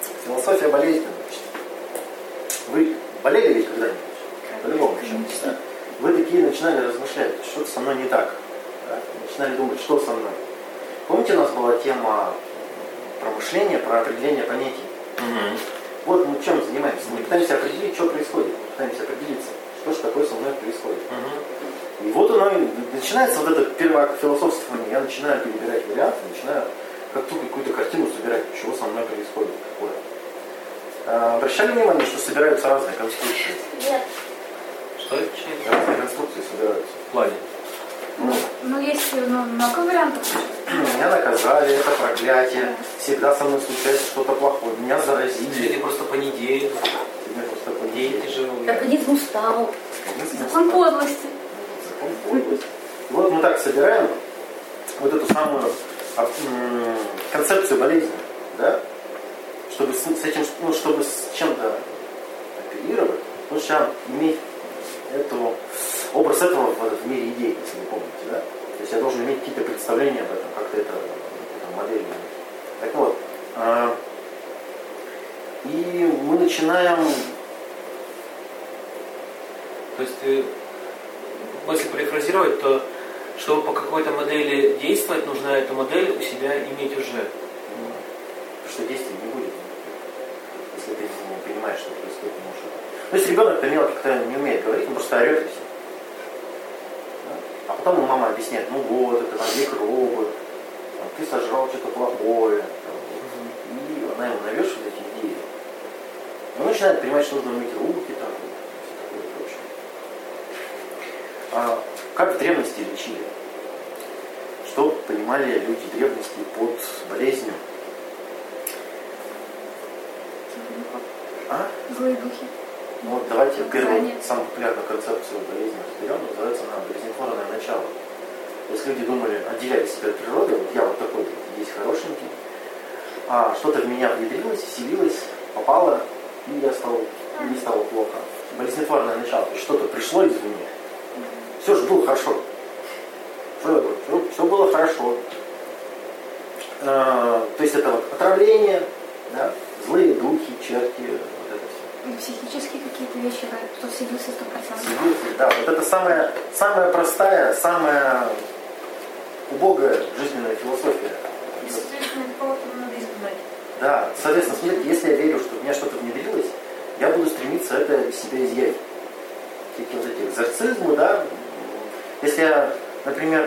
Философия болезни. Вы болели ведь когда-нибудь? По-любому чем-то, да? Вы такие начинали размышлять, что-то со мной не так. Да? Начинали думать, что со мной. Помните, у нас была тема про мышление, про определение понятий? Вот мы чем занимаемся? Мы пытаемся определить, что происходит. Мы пытаемся определиться, что же такое со мной происходит. И вот оно начинается вот это первое философствование. Я начинаю перебирать варианты, начинаю какую-то картину собирать, чего со мной происходит. Такое. Обращали внимание, что собираются разные конструкции? Нет. Что это? Разные конструкции собираются. В плане. Ну, есть много вариантов. Меня наказали, это проклятие. Всегда со мной случается что-то плохое. Меня заразили. Сегодня просто понедельник. Сегодня просто День понедельник. тяжелый. Организм устал. Закон подлости. Закон подлости. И вот мы так собираем вот эту самую концепцию болезни, да? Чтобы с этим, чтобы с чем-то оперировать, нужно иметь образ этого в мире идей, если вы помните, да? То есть я должен иметь какие-то представления об этом, как-то это модель. Так вот, и мы начинаем. То есть, если перефразировать, то чтобы по какой-то модели действовать, нужно эту модель у себя иметь уже. Потому что действий не будет, если ты не понимаешь, что происходит, не можешь. То есть ребенок, например, как-то не умеет говорить, он просто орет и все. Да? А потом ему мама объясняет, ну вот, это там микробы, ты сожрал что-то плохое. И она ему навешивает эти идеи. Он начинает понимать, что нужно мыть руки, там, и все такое прочее. А как в древности лечили? Что понимали люди древности под болезнью? Злые духи. Ну вот давайте первую, самую популярную концепцию болезни разберем, называется она болезнетворное начало. То есть люди думали, отделяли себя от природы, вот я вот такой вот здесь хорошенький, а что-то в меня внедрилось, вселилось, попало, и мне стало плохо. Болезнетворное начало, то есть что-то пришло извне. Все же было хорошо. Все было хорошо. То есть это вот отравление, да, злые духи, черти, вот это все. И психические какие-то вещи, кто вселился 100%. Да, вот это самая простая, самая убогая жизненная философия. Соответственно, кого-то надо изгнать. Да, соответственно, смотрите, если я верю, что в меня что-то внедрилось, я буду стремиться это из себя изъять. Какие вот эти экзорцизмы, да. Если я, например,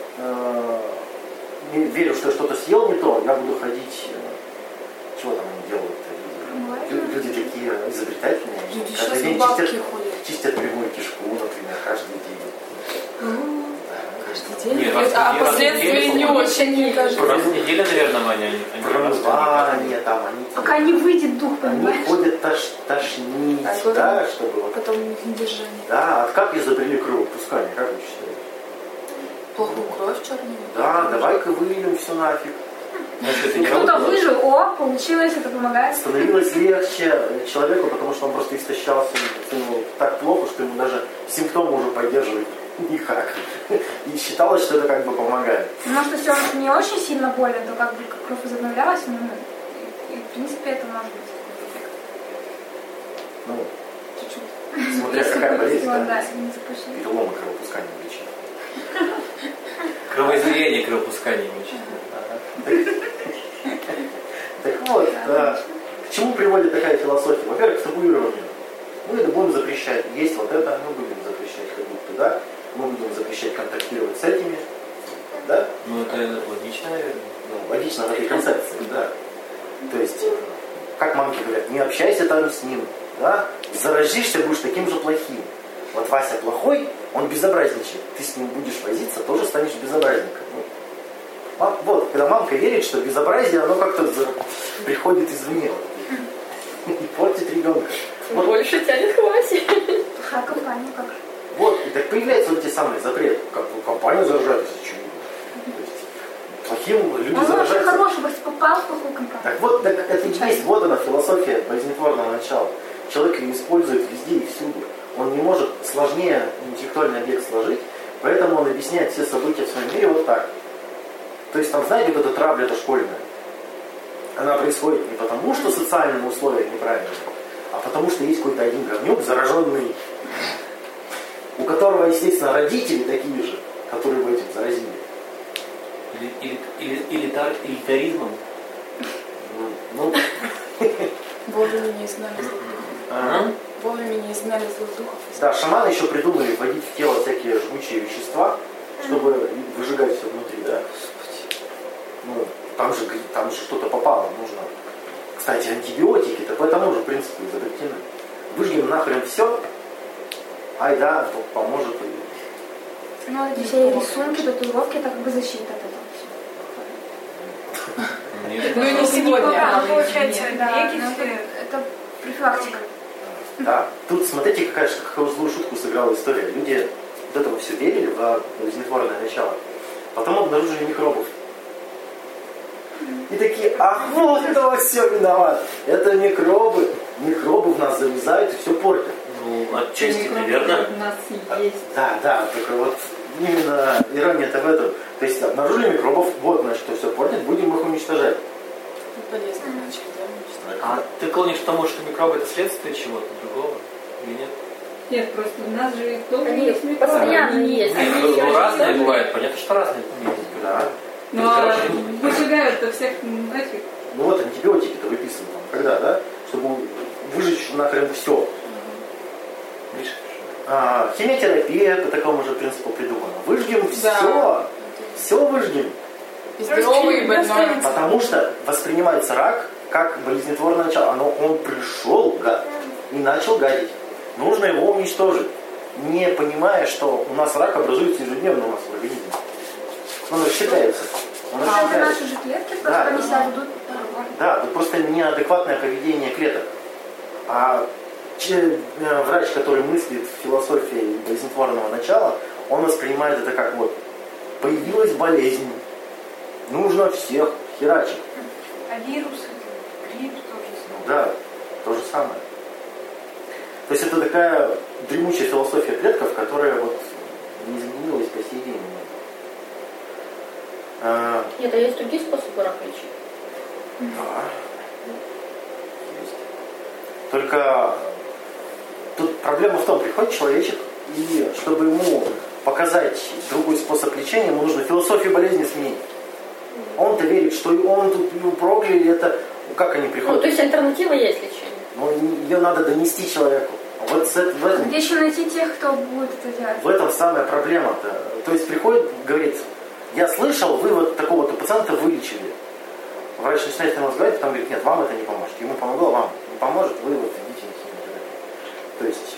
верю, что я что-то съел не то, я буду ходить, чего там они делают? Люди такие изобретательные. Люди каждый день чистят прямую кишку, например, каждый день. Каждый день. Нет, А последствия не очень, мне кажется. Раз в неделю, наверное, Ваня, они Промывание там, они... Пока не выйдет дух, Они понимаешь? ходят тошнить, да, чтобы вот... Потом недержание. Да, от как изобрели кровопускание, как вы считаете? Плохую кровь черную. Да, давай-ка выльем все нафиг. Кто-то выжил, получилось, это помогает. Становилось легче человеку, потому что он просто истощался, ему так плохо, что ему даже симптомы уже поддерживать никак. И считалось, что это как бы помогает. Может, если он не очень сильно болен, то как бы кровь возобновлялась, и в принципе это может быть эффект. Ну, Чуть-чуть. смотря Если какая болезнь, да, да, не запущено. переломы кровопускания лечат. Кровоизлияние, кровопускание мучительно. Так вот, к чему приводит такая философия? Во-первых, к табуированию. Мы будем запрещать есть вот это, мы будем запрещать ходить туда, мы будем запрещать контактировать с этими. Да? Ну, это логично, наверное. Ну, логично в этой концепции, да. То есть, как мамки говорят, не общайся там с ним, да? Заразишься, будешь таким же плохим. Вот Вася плохой, он безобразничает. Ты с ним будешь возиться, тоже станешь безобразником. Вот, когда мамка верит, что безобразие, оно как-то приходит извне. И портит ребенка. Вот. Больше тянет к Васе. Душа компания как же. Вот, и так появляются вот эти самые запреты. Как компания заражается, зачем? То есть, плохим люди Он очень заражаются. хороший, просто попал в плохую компанию. Так вот, так это и есть, вот она, философия болезнетворного начала. Человек ее использует везде и всюду. Он не может сложнее интеллектуальный объект сложить, поэтому он объясняет все события в своем мире вот так. То есть там, знаете, вот эта травля, это школьная. она происходит не потому, что социальные условия неправильные, а потому что есть какой-то один говнюк, зараженный, у которого, естественно, родители такие же, которые в этим заразили. Элитаризмом. Ну, Вовремя не изгнали злых духов. Вовремя не изгнали злых духов. да, шаманы еще придумали вводить в тело всякие жгучие вещества, чтобы выжигать все внутри, да. Ну, там же что-то попало, нужно. Кстати, антибиотики-то по тому же принципу изобретены. Выжгем нахрен все, ай да, поможет. Ну, эти все рисунки, татуировки, это как бы защита от этого всего. Ну не сегодня. Получается, да, это профилактика. Да, тут смотрите, какую злую шутку сыграла история. Люди вот этого все верили в болезнетворное начало. Потом обнаружили микробов. И такие, ах, вот кто все виноват. Это микробы. Микробы в нас залезают и все портят. Ну, отчасти, наверное. У нас есть. Да, только вот именно ирония-то в этом. То есть обнаружили микробов, вот значит, что все портит, будем их уничтожать. Полезно начать, да, уничтожать. А ты клонишь к тому, что микробы это следствие чего-то другого? Или нет? Нет, просто у нас же тоже Они есть микробы. постоянно есть. Ну, разные бывают, понятно, что разные. Да. Ну, а выжигают-то всех этих. Ну вот антибиотики-то выписаны там, когда, да? Чтобы выжечь нахрен все. Химиотерапия по такому же принципу придумана. Выжгем все выжгем. И здоровый, и больной. Потому что воспринимается рак как болезнетворное начало. Он пришел, гад, и начал гадить. Нужно его уничтожить, не понимая, что у нас рак образуется ежедневно у нас в организме. Он рассчитается. Это наши же клетки, просто они себя ведут. Да, тут просто неадекватное поведение клеток. А врач, который мыслит в философии болезнетворного начала, он воспринимает это как вот появилась болезнь, нужно всех херачить. А вирусы, грипп тоже. Да, то же самое. То есть это такая дремучая философия предков, которая вот не изменилась по сей день. Нет, а есть другие способы рак лечить? Да. Есть. Только тут проблема в том, приходит человечек, и чтобы ему показать другой способ лечения, ему нужно философию болезни сменить. Он-то верит, что он тут прокляли, это как они приходят? Ну, то есть альтернатива есть лечение? Но ее надо донести человеку. Вот в этом, где еще найти тех, кто будет это делать? В этом самая проблема-то. То есть приходит, говорит, я слышал, вы вот такого-то пациента вылечили. Врач начинает ему разговаривать, потом говорит, нет, вам это не поможет. Ему помогло, вам не поможет, вы вот идите на химиотерапию. То есть,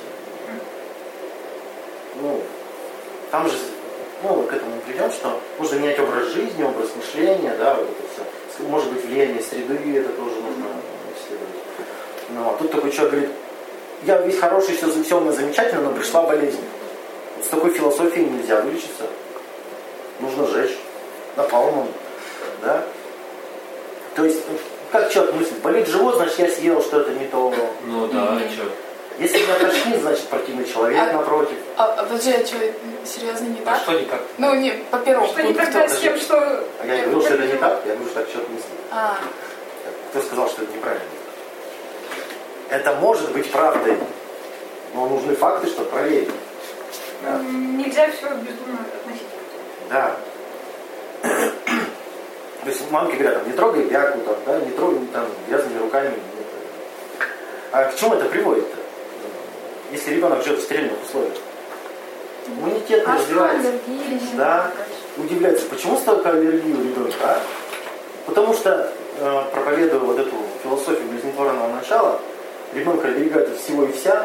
там же, к этому мы придем, что нужно менять образ жизни, образ мышления, да, вот это все. Может быть, влияние среды, это тоже нужно исследовать. А тут такой человек говорит, я весь хороший, все у меня замечательно, но пришла болезнь. Вот с такой философией нельзя вылечиться. Нужно сжечь напалмом, да. То есть, как человек мыслит, болит живот, значит я съел что-то не то. Ну да, что? Если меня тошнит, значит противный человек напротив. Подожди, а что, серьезно не так? А что не как? Ну, не, по первому Что не тогда с тем, что... А я говорил, что это не так, я говорю, что так человек мыслит. А. Кто сказал, что это неправильно? Это может быть правдой, но нужны факты, чтобы проверить. Да? Нельзя все бездумно относить. Да. То есть мамки говорят, там, не трогай бяку, там, да, не трогай там, грязными руками. А к чему это приводит-то? Если ребенок живет в стерильных условиях? Иммунитет не развивается. Да. Удивляется, почему столько аллергии у ребенка, а? Потому что, проповедуя вот эту философию болезнетворного начала, ребенка оберегают от всего и вся,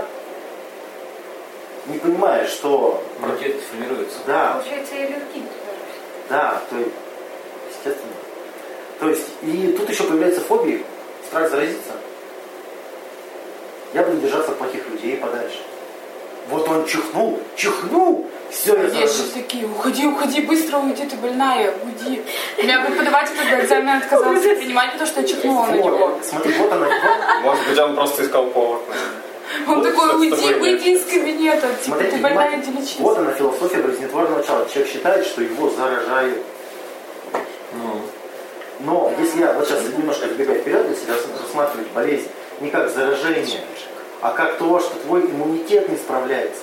не понимая, что... Иммунитет сформируется. Да. Получается, и аллергия. Да, то есть, естественно. То есть, и тут еще появляются фобии, страх заразиться. Я буду держаться от плохих людей подальше. Вот он чихнул, все, я Есть заражусь. же такие, уходи, быстро уйди, ты больная, уйди. Меня преподаватель тогда экзамен отказался принимать, потому что я чихнула на него. Вот, смотри, вот она. Может быть, он просто искал повод. Он такой, уйди, выйди из кабинета, типа, Смотрите, ты больная, внимательно. иди лечись. Вот она философия болезнетворного начала. Человек считает, что его заражают. Но если я вот сейчас немножко забегаю вперед, если рассматривать болезнь не как заражение, а как то, что твой иммунитет не справляется,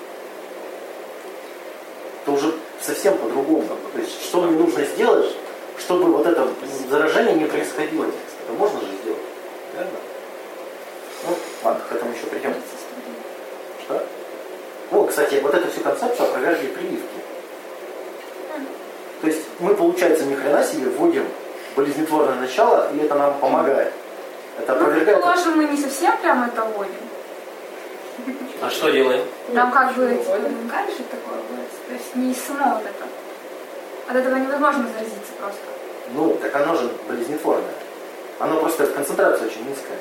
то уже совсем по-другому. То есть, что мне нужно сделать, чтобы вот это заражение не происходило? Это можно же сделать. Верно? Ну, ладно, к этому еще придем. Что? О, кстати, вот эту всю концепцию опровергли прививки. То есть мы, получается, ни хрена себе вводим болезнетворное начало, и это нам помогает. Это опровергает. Ну, положим, мы не совсем прямо это вводим. А что делаем? Там как бы типа, что такое будет. То есть не само вот это. От этого невозможно заразиться просто. Ну, так оно же болезнетворное. Оно просто концентрация очень низкая.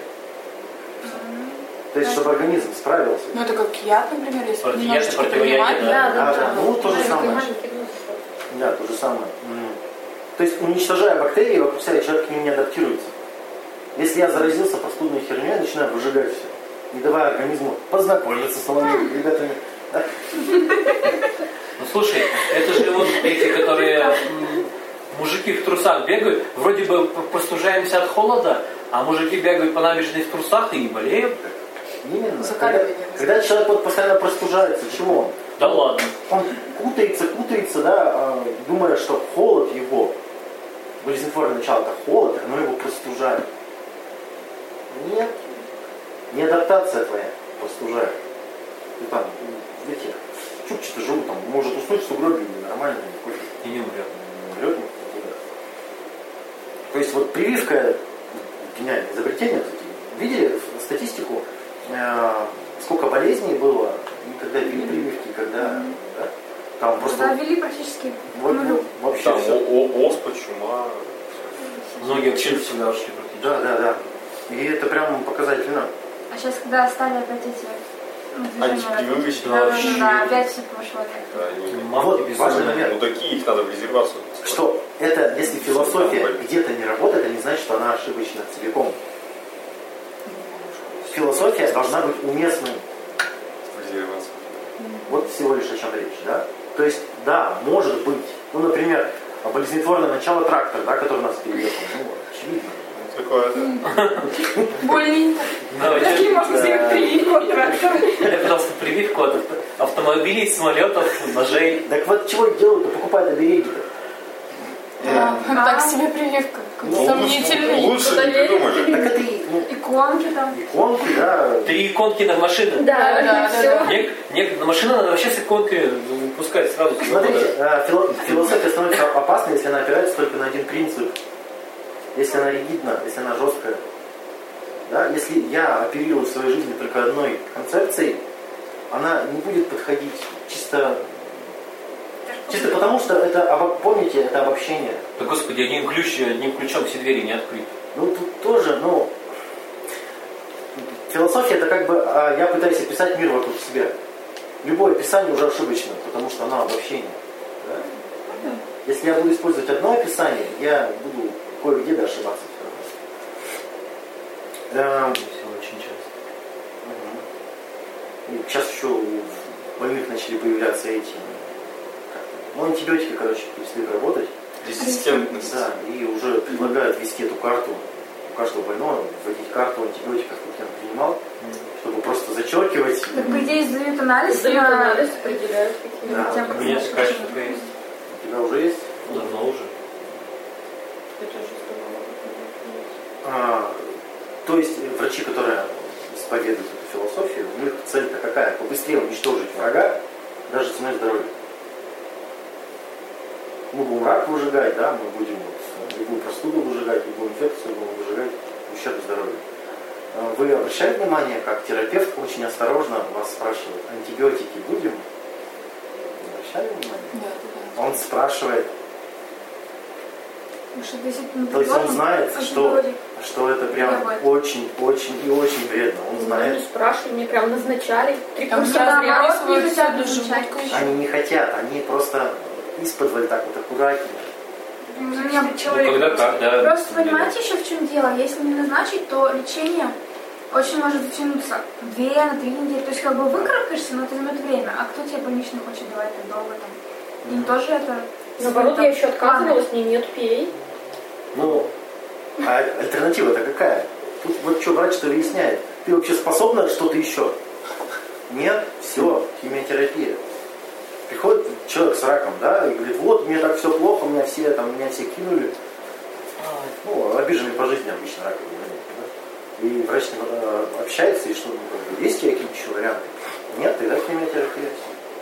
То есть, чтобы организм справился. Ну, это как яд, например, если Яд, немножечко противоядие, принимать. Да. Ну, то же самое. Да, то же самое. То есть, уничтожая бактерии, вокруг себя человек к ним не адаптируется. Если я заразился простудной херней, я начинаю выжигать все, не давая организму познакомиться с новыми ребятами. Да? Ну слушай, это же вот эти, которые мужики в трусах бегают, вроде бы простужаемся от холода, а мужики бегают по набережной в трусах и болеют. Именно. Закаливание. Когда человек вот постоянно простужается, чего он? Да ладно. Он кутается, да, думая, что холод его, болезнетворное начало это холод, оно его простужает. Нет. Не адаптация твоя простужает. Ты там, в этих чукчи-то живут, там, может уснуть в сугробе, нормально, не хочет. И не умрет. Не умрет никто, да. То есть вот прививка, гениальное изобретение, видели статистику, сколько болезней было, когда ввели прививки, когда, да? Там просто... Да, ввели практически Вот, нулю. вообще Там все. оспа, чума. Многие вообще всегда ушли практически. Да. И это прям показательно. А сейчас, когда стали опять эти движения Антипрививочные. да, опять все пошло. Да, они Вот важный момент. мудаки, их надо в резервацию. Что это, если философия где-то не работает, это не значит, что она ошибочна целиком. Философия должна быть уместной. В резервацию. Вот всего лишь о чем речь, да? То есть, да, может быть, ну, например, болезнетворное начало трактор, да, который нас переехал, ну, очевидно. Такое, да. Больненько. Какие можно сделать прививку от трактора? Я просто прививку от автомобилей, самолетов, ножей. Так вот чего делают-то, покупают обереги-то? Так себе прививка. Сомнительный. Лучше не придумали. Так это и, ну, Иконки там. иконки, да. 3 иконки на машину. Да. На машину надо вообще с иконкой пускать сразу. Смотрите, философия становится опасной, если она опирается только на один принцип. Если она ригидна, если она жесткая. Да? Если я оперирую в своей жизни только одной концепцией, она не будет подходить чисто потому, что это, помните, это обобщение. Да господи, одним ключом все двери не открыть. Ну тут тоже, философия это как бы я пытаюсь описать мир вокруг себя. Любое описание уже ошибочно, потому что оно обобщение. Да? Если я буду использовать одно описание, я буду кое-где ошибаться все равно. Очень часто. И сейчас еще у больных начали появляться эти антибиотики, перестали работать. Резистентность. Да, и уже предлагают ввести эту карту у каждого больного, вводить карту антибиотиков, как он принимал, чтобы просто зачеркивать. Так, по идее, сдают анализ Сдают на... анализ, определяют какие. Да. тем, как У меня это такая скажем. штука есть. У тебя уже есть? Давно уже. То есть врачи, которые исповедуют эту философию, у них цель-то какая? Побыстрее уничтожить врага, даже ценой здоровья. Мы будем рак выжигать, да, мы будем любую простуду выжигать, любую инфекцию будем выжигать в ущерб здоровью. Вы обращаете внимание, как терапевт очень осторожно вас спрашивает, антибиотики будем? Не обращали внимания? Да. Он спрашивает, Потому что действительно то есть он придёт, знает, антибиотик. что это прям Давай. очень и очень вредно. Он Не знает. спрашивали, мне прям назначали. 3 Там курса сейчас наоборот, записывают не всю хотят доживутку назначать. еще. Они не хотят, они просто из-под так вот аккуратнее. Когда как, да. Просто понимаете еще в чем дело? Если не назначить, то лечение очень может затянуться 2 на 3 недели. То есть как бы выкарабкаешься, но это займет время. А кто тебе больничный хочет давать так долго там? Им тоже это... Наоборот, я еще отказывалась, мне нет, пей. Ну, а альтернатива-то какая? Тут вот что врач-то выясняет. Ты вообще способна что-то еще? Нет? Все, химиотерапия. Приходит человек с раком, да, и говорит, вот, мне так все плохо, меня все кинули. Ну, обиженный по жизни обычно раковый больной, да? И врач с ним общается, и что, ну, как бы, есть какие-то еще варианты? Нет, тогда химиотерапия.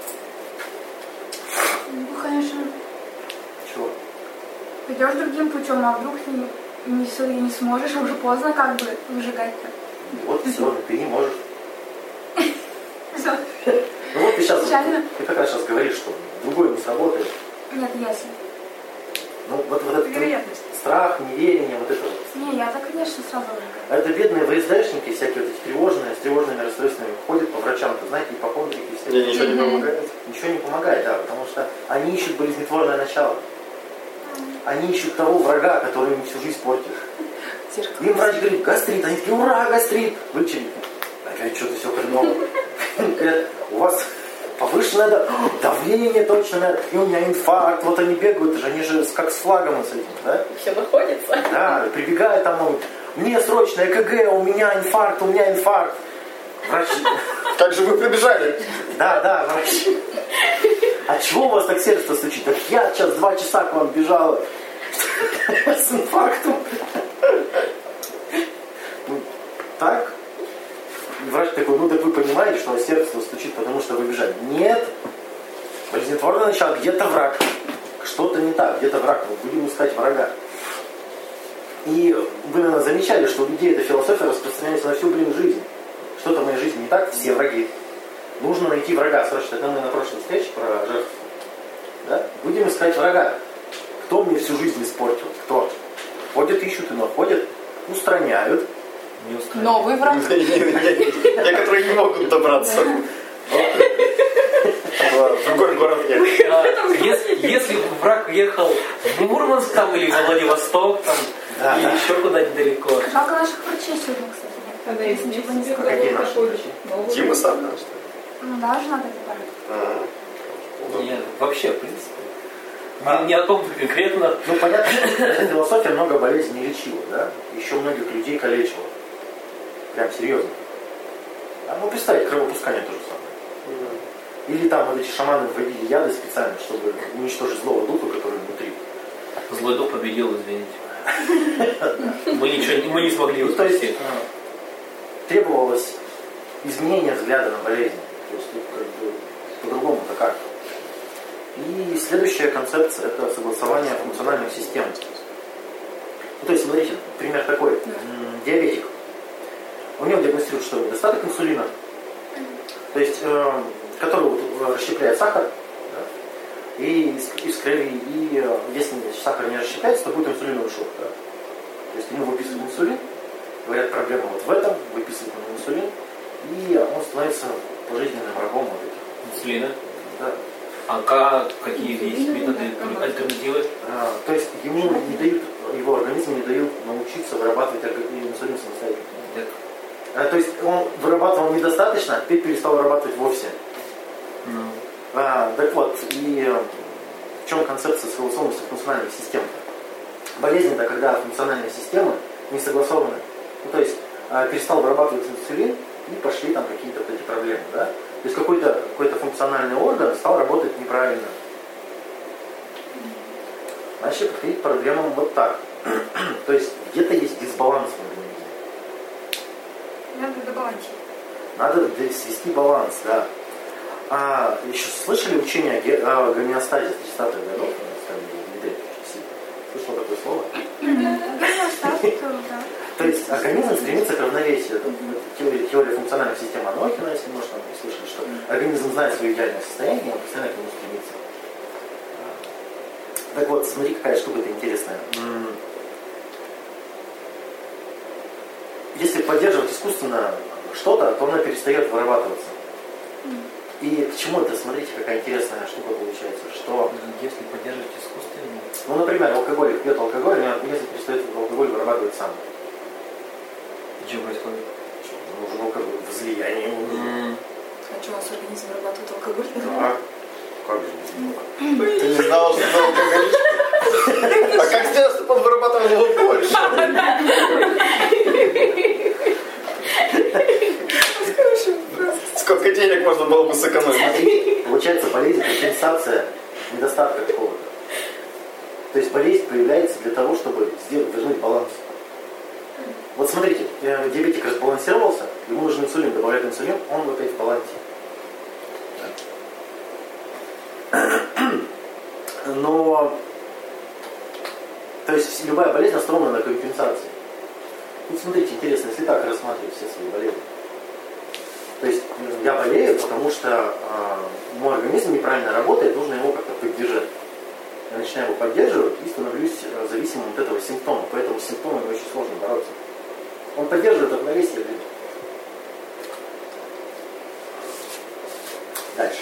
Ну, конечно, Чего? пойдешь другим путем, а вдруг не сможешь, а уже поздно как бы выжигать-то. Вот все, ты не можешь. Всё. Ну вот ты сейчас, Печально. ты как раз сейчас говоришь, что другое не сработает. Нет, ясно. Ну вот этот Вероятность. страх, неверие, вот это вот. Не, я-то, конечно, сразу говорю. А это бедные ВСДшники, всякие вот эти тревожные, с тревожными расстройствами ходят по врачам, то знаете, ипохондрики и всякие. Мне ничего не помогает. Ничего не помогает, да, потому что они ищут болезнетворное начало. Они ищут того врага, который им всю жизнь портит. Им врач говорит, гастрит, они такие, ура, гастрит, вылечили. Опять что-то все хреново. Говорят, у вас повышенное давление точно, и у меня инфаркт, вот они бегают, они же как с флагом с этим, да? Все находится. Да, прибегает там, мне срочно ЭКГ, у меня инфаркт. Врач, Как же вы прибежали? да, врач. А чего у вас так сердце стучит? Так я сейчас 2 часа к вам бежала с инфарктом. Ну, так? И врач такой, ну так вы понимаете, что сердце стучит, потому что вы бежали. Нет. Болезнетворное начало, где-то враг. Что-то не так, где-то враг. Мы будем искать врага. И вы, наверное, замечали, что у людей эта философия распространяется на всю жизнь. Что-то в моей жизни не так, все враги. Нужно найти врага. Срочно, это мы на прошлой встрече про жертву. Да? Будем искать врага. Кто мне всю жизнь испортил? Кто? Ходят, ищут и находят, устраняют. Не устраивает. Новый враг. Некоторые не могут добраться. В другой город нет. Если враг ехал в Мурманск там, или во Владивосток, там, Да, или да. еще куда-нибудь далеко. Жалко наших врачей сегодня, кстати, нет. Когда есть Ничего не себе сказала. Какие наши проходишь. врачи? Дима сам, да, что ли? Ну да, жена так Нет, вообще, в принципе. Не о том конкретно. Ну, понятно, что эта философия много болезней не лечила, да? Еще многих людей калечила. Прям серьезно. А, ну, представьте, кровопускание то же самое. Или там вот эти шаманы вводили яды специально, чтобы уничтожить злого духа, который внутри. Злой дух победил, извините. Мы не смогли его Ну, то есть спасти. требовалось изменение взгляда на болезнь. То есть тут как бы по-другому-то как. И следующая концепция – это согласование функциональных систем. Ну, то есть, смотрите, пример такой. Диабетик. У него диагностируют, что недостаток инсулина, то есть, который вот расщепляет сахар, да, и из крови, и если сахар не расщепляется, то будет инсулиновый шок. Да. То есть ему выписывают инсулин, говорят, проблема вот в этом, выписывают ему инсулин, и он становится пожизненным врагом вот этих. Инсулина. Да. А какие есть методы, альтернативы? То есть ему не дают, его организму не дают научиться вырабатывать инсулин самостоятельно. То есть он вырабатывал недостаточно, а теперь перестал вырабатывать вовсе. Так вот, и в чем концепция согласованности функциональных систем? Болезнь это когда функциональные системы не согласованы. Ну, то есть перестал вырабатывать инсулин и пошли там какие-то вот эти проблемы. Да? То есть какой-то функциональный орган стал работать неправильно. Значит, подходить к проблемам вот так. То есть где-то есть дисбаланс в организме. Надо добалансировать. Надо свести баланс, да. Еще слышали учение о гомеостазе 30-х годов? Слышал такое слово? Да. То есть организм стремится к равновесию. Это теория функциональных систем Анохина, если может, там слышали, что организм знает свое идеальное состояние, он постоянно к нему стремится. Так вот, смотри, какая штука-то интересная. Если поддерживать искусственно что-то, то оно перестает вырабатываться. И к чему это, смотрите, какая интересная штука получается, что... Если поддерживать искусственно... Ну, например, алкоголик пьет алкоголь, но организм перестает алкоголь вырабатывать сам. Что происходит? Нужен алкоголь, возлияние. А что, у вас организм вырабатывает алкоголь? Да. Как же без него? Ты не знала, что ты алкоголичка? А как сделать, чтобы он вырабатывал его больше? Сколько денег можно было бы сэкономить? Смотрите, получается, болезнь – компенсация недостатка какого-то. То есть болезнь появляется для того, чтобы вернуть баланс. Вот смотрите, диабетик разбалансировался, ему нужен инсулин, добавляет инсулин, он вот и в балансе. Но, то есть любая болезнь основана на компенсации. Вот смотрите, интересно, если так рассматривать все свои болезни. То есть я болею, потому что мой организм неправильно работает, нужно его как-то поддержать. Я начинаю его поддерживать и становлюсь зависимым от этого симптома. Поэтому с симптомами очень сложно бороться. Он поддерживает равновесие. Дальше.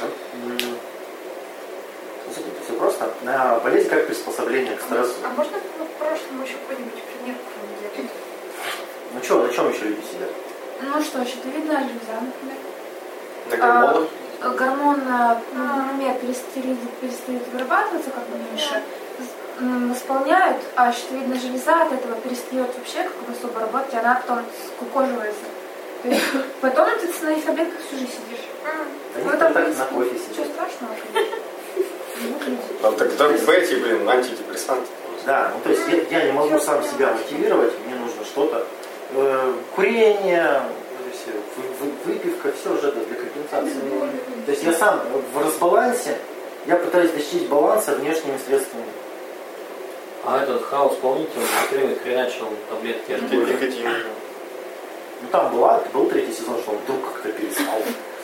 Смотрите, все просто. Болезнь как приспособление к стрессу. А можно в прошлом еще какой-нибудь пример приводить? Ну что, на чем еще люди сидят? Ну что, щитовидная железа, например. На гормонах? Гормон, например, перестает вырабатываться как бы меньше, восполняют, а щитовидная железа от этого перестает вообще как бы особо работать, и она потом скукоживается. То есть потом ты на их таблетках всю жизнь сидишь. Да Ну, никто там, в так принципе, на кофе ничего сидит. страшного, конечно. Вот люди. А тогда эти, антидепрессанты. Да, ну то есть я не могу сам себя мотивировать, мне нужно что-то. Курение, выпивка, все же это для компенсации. То есть я сам в разбалансе, я пытаюсь достичь баланса внешними средствами. А этот хаос, помните, он быстрее хреначил таблетки от боли. Никотин. Ну там был третий сезон, что он вдруг как-то перестал.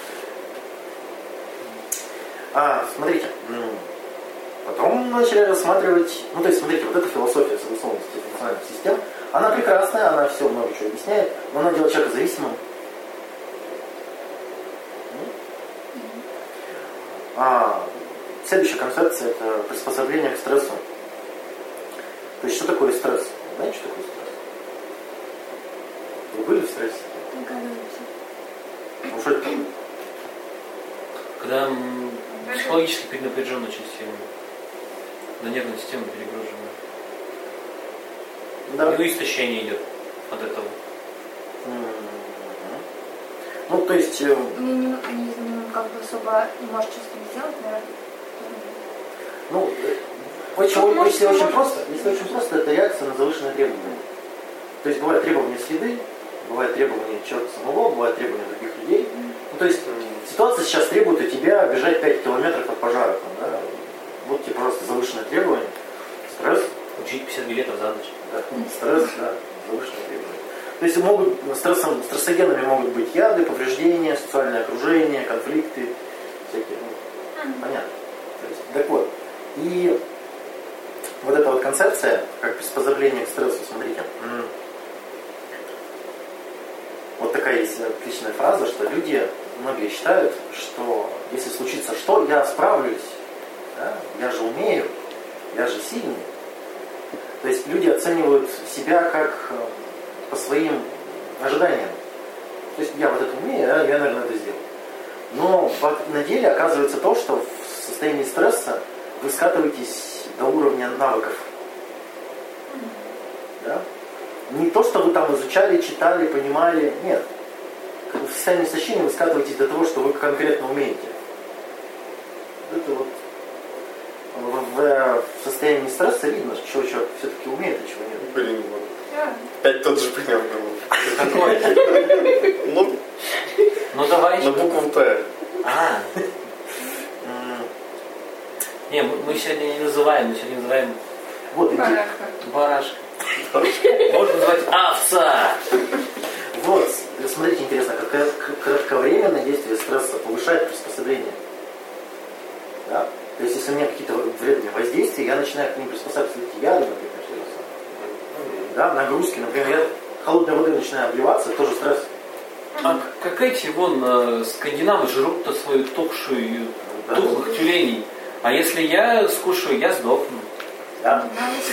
Смотрите, потом начали рассматривать, ну то есть смотрите, вот эта философия согласованности функциональных систем, она прекрасная, она все много чего объясняет, но она делает человека зависимым. Следующая концепция – это приспособление к стрессу. То есть что такое стресс? Знаете, что такое стресс? Вы были в стрессе? Ну что это такое? Когда психологически перенапряжен очень сильно. Когда нервная система перегружена. Да. И истощение идет от этого. Ну, то есть... Не как бы особо не может что с ним сделать, наверное. Ну, если очень просто, это реакция на завышенные требования. То есть бывают требования среды, бывают требования человека самого, бывают требования других людей. Ну, то есть ситуация сейчас требует у тебя бежать 5 километров от пожара. Да? Вот тебе просто завышенные требования. Стресс. Учить 50 билетов за ночь. Да. Стресс, да, завышенные требования. То есть стрессогенами могут быть яды, повреждения, социальное окружение, конфликты, всякие. Понятно. То есть, так вот. И вот эта вот концепция, как приспособление к стрессу, смотрите. Вот такая есть отличная фраза, что люди, многие считают, что если случится что, я справлюсь, да? Я же умею, я же сильный. То есть люди оценивают себя как по своим ожиданиям. То есть я вот это умею, я, наверное, это сделаю. Но на деле оказывается то, что в состоянии стресса вы скатываетесь до уровня навыков. Да? Не то, что вы там изучали, читали, понимали. Нет. В состоянии истощения вы скатываетесь до того, что вы конкретно умеете. Это вот в состоянии стресса видно, что человек все-таки умеет, а чего нет. Блин, вот. Опять тот же пример был. Какой? Ну давай. На букву Т. Не, мы сегодня не называем, мы сегодня называем вот, барашка. Можно назвать овца. Вот, смотрите, интересно, как кратковременное действие стресса повышает приспособление. Да? То есть, если у меня какие-то вредные воздействия, я начинаю к ним приспосабливаться, яды, например, да, нагрузки, например, я холодной водой начинаю обливаться, это тоже стресс. А как эти, скандинавы жрут-то свою тухшую, тухлых тюленей. А если я скушаю, я сдохну. Да.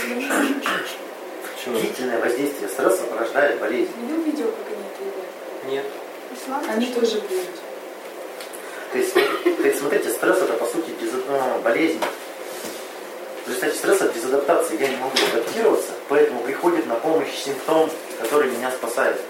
Чего? Длительное воздействие стресса порождает болезнь. Видел видео, как они это едят? Нет. Они тоже пьют. То есть, смотрите, стресс это по сути болезнь. В результате стресса без адаптации я не могу адаптироваться, поэтому приходит на помощь симптом, который меня спасает.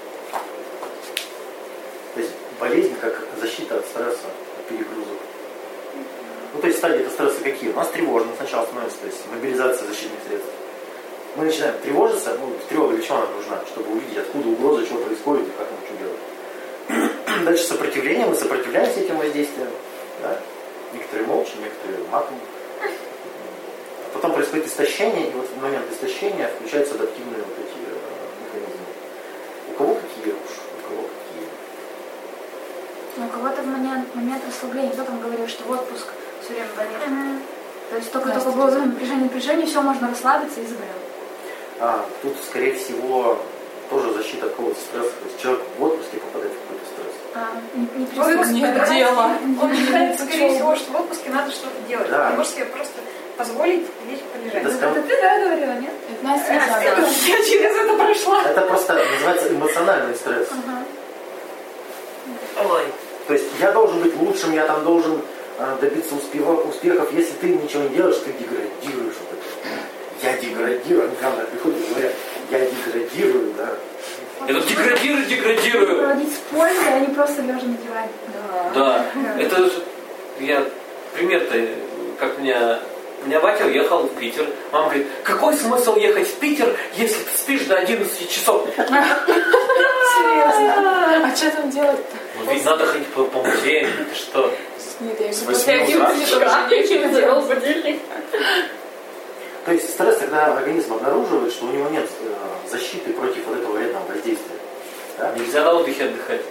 То есть болезнь как защита от стресса, от перегрузок. Ну, то есть стадии это стресса какие? У нас тревожность сначала становится, то есть мобилизация защитных средств. Мы начинаем тревожиться, тревога для чего нам нужна? Чтобы увидеть, откуда угроза, что происходит и как мы что делаем. Дальше сопротивление, мы сопротивляемся этим воздействиям. Да? Некоторые молча, некоторые матом. Потом происходит истощение, и вот в момент истощения включаются адаптивные вот эти механизмы. У кого какие уж, у кого какие. Ну, у кого-то в момент расслабления, кто там говорил, что в отпуск все время болел. То есть только было напряжение, все, можно расслабиться и заболел. Тут, скорее всего, тоже защита от какого-то стресса. То есть человек в отпуске попадает в какой-то стресс. Нет дела. Он считает, скорее всего, что в отпуске надо что-то делать. Да. Не можешь себе просто позволить лечь полежать. Это ты, да, говорила, нет? Это Настя Я сказала. через это прошла. Это просто называется эмоциональный стресс. Ой. То есть я должен быть лучшим, я там должен добиться успехов. Если ты ничего не делаешь, ты деградируешь. Вот это. Я деградирую. Они прямо приходят и говорят, я деградирую, да. Это деградирую. Проводить с пользой, а не просто лежа на диване. Да. Это же, я пример-то, как у меня батя уехал в Питер. Мама говорит, какой смысл ехать в Питер, если ты спишь до 11 часов? Серьезно? А что там делать-то? Ну, ведь надо ходить по музеям, ты что? Нет, я С говорю, после 8 утра? 11 тоже нечего делать. То есть стресс, когда организм обнаруживает, что у него нет защиты против вот этого вредного воздействия. Да? Нельзя на отдыхе отдыхать.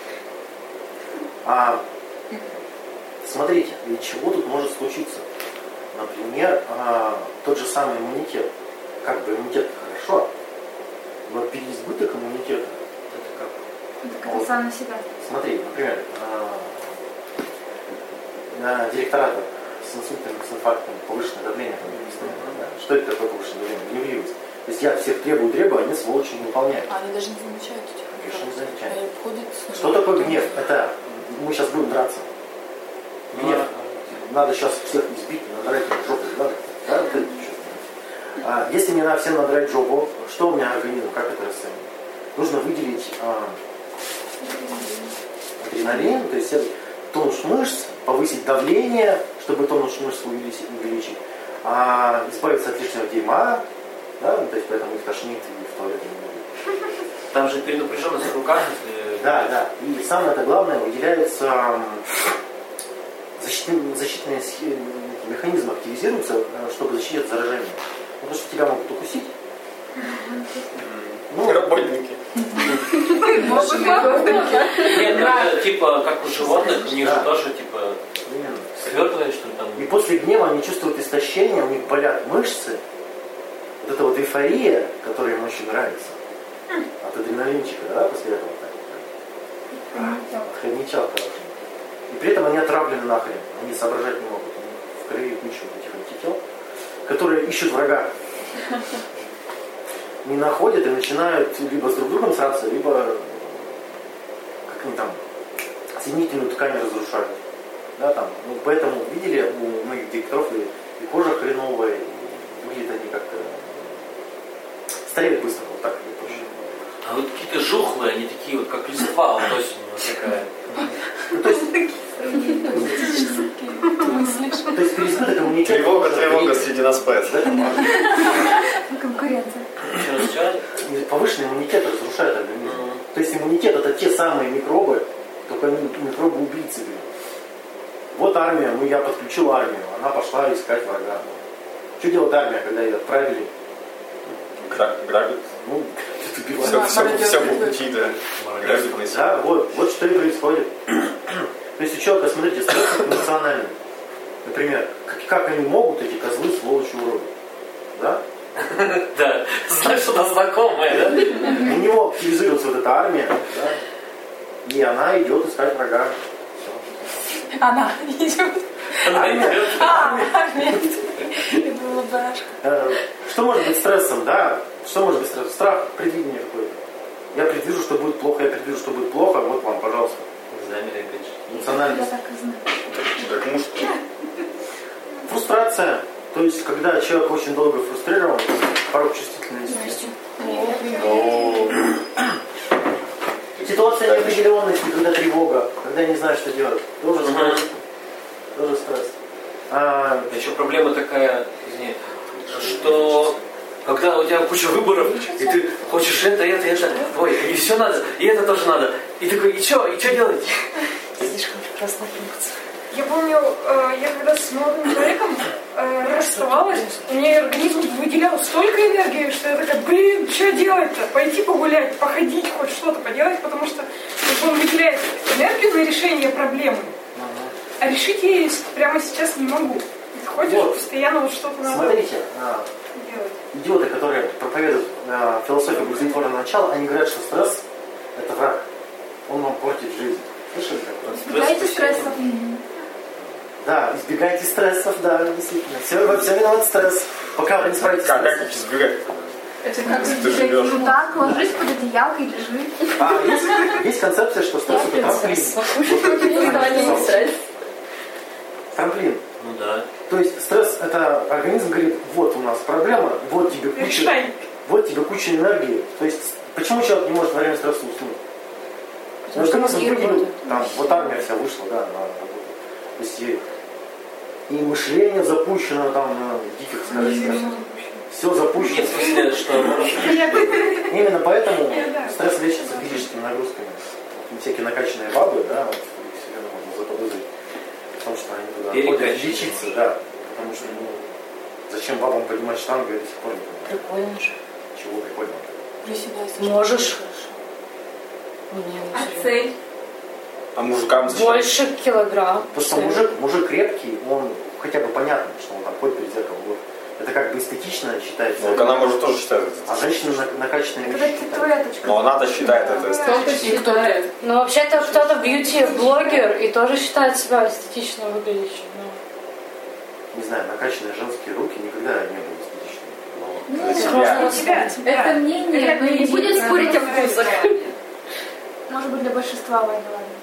Смотрите, из чего тут может случиться? Например, тот же самый иммунитет. Как бы иммунитет хорошо, но переизбыток иммунитета это как? Это когда сам на себя. Смотри, например, на директоратах с инсультами, с инфарктами, повышенное давление. Да? Что это такое повышенное давление? Гневливость. То есть я всех требую, они сволочи не выполняют. Они даже не замечают этих. Конечно, не замечают. Они обходят. Что такое гнев? Это мы сейчас будем драться. Гнев. Надо сейчас всех избить, надрать жопу. Да? Да? Вот это что-то. Если мне надо всем надрать жопу, что у меня организм, как это расценивает? Нужно выделить адреналин, то есть тонус мышц, повысить давление, чтобы тонус мышц увеличить, избавиться от лишнего дерьма, да? То есть поэтому их тошнит и в туалет не будет. Там же перенапряженность в руках. Да. И самое это главное, выделяются защитные механизмы активизируются, чтобы защитить от заражения. Потому что тебя могут укусить. Работники. Нет, это типа как у животных, у них же тоже типа свертывает, что ли там. И после гнева они чувствуют истощение, у них болят мышцы. Вот эта вот эйфория, которая им очень нравится. От адреналинчика, да, после этого так. Отходничал, короче. И при этом они отравлены нахрен. Они соображать не могут. Они в крови куча вот этих антител, которые ищут врага. Не находят и начинают либо с друг другом сраться, либо как они там соединительную ткань разрушают. Да, там. Ну, поэтому видели у многих директоров и кожа хреновая, и выглядят они как-то стареют быстро, вот так. А вот какие-то жухлые, они такие вот как листва вот осенью вот такая. Ну, то есть переизбыток иммунитета. Тревога среди нас поэт. Конкуренция. Повышенный иммунитет разрушает организм. То есть иммунитет это те самые микробы, только они микробы убийцы. Вот армия, я подключил армию, она пошла искать врага. Что делает армия, когда ее отправили? Грабит. Ну, Все по пути, да. Грабит на себя. да, вот что и происходит. То есть у человека, смотрите, стресс эмоциональный. Например, как они могут, эти козлы, сволочи, уроды. Да? Да, знаешь, что-то знакомое, да? У него активизируется вот эта армия, да? И она идет искать врага. Все. Она идет. Она идет. Это была барашка. Что может быть стрессом, да? Что может быть стрессом? Страх, предвидение какое-то. Я предвижу, что будет плохо, вот вам, пожалуйста. Замеряй, опять же. Эмоциональность. Я так и знаю. Так, муж. Фрустрация. То есть, когда человек очень долго фрустрирован, порог чувствительности. Ситуация неопределенности, когда тревога, когда я не знаю, что делать. Тоже стресс. Тоже стресс. Еще проблема такая, извини, что когда у тебя куча выборов, и ты хочешь это, ой, и все надо, и это тоже надо. И такой, и что делать? Слишком прекрасная функция. Я помню, я когда с молодым человеком расставалась, у меня организм выделял столько энергии, что я такая, блин, что делать-то? Пойти погулять, походить, хоть что-то поделать, потому что он выделяет энергию на решение проблемы. А решить я ее прямо сейчас не могу. Ты ходишь, постоянно вот что-то надо Смотрите, делать. идиоты, которые проповедуют философию благотворного начала, они говорят, что стресс – это враг. Он вам портит жизнь. Слышали такое? Избегайте стрессов. Да, избегайте стрессов, да, действительно. Все виноват стресс. Пока вы не справитесь с Как стрессом. их избегать? Это как Если ты живешь. Ну так, ложись под одеялко и лежи. Есть концепция, что стресс – это трамплин. Трамплин. Ну да. То есть стресс – это организм говорит, вот у нас проблема, вот тебе куча энергии. То есть почему человек не может во время стресса уснуть? Потому что организм выделил, там, вот армия вся вышла, да, на работу. То есть и мышление запущено там на диких скоростях. Все запущено. Нет, в смысле, что... Именно поэтому стресс лечится физическими нагрузками. Всякие накачанные бабы, да, вот, их себе можно заподозрить. Потому что они туда ходят лечиться, да. Потому что, зачем бабам поднимать штангу, я до сих пор не понимаю. Прикольно же. Чего прикольного? Можешь. А цель? А мужикам зачем? Больше килограмм. Потому что мужик крепкий, он хотя бы понятно, что он там ходит перед зеркалом. Вот. Это как бы эстетично считается. Ну, она может тоже считать это. А женщины накачанные Когда вещи ты считают. туалеточка. Но она-то считает это Кто-то эстетично. считает. Ну, вообще-то кто-то бьюти-блогер и тоже считает себя эстетично выглядящим. Не знаю, накачанные женские руки никогда не были эстетичными. Для себя. Тебя. Это мнение, но не будет спорить о вкусах. Может быть, для большинства войны.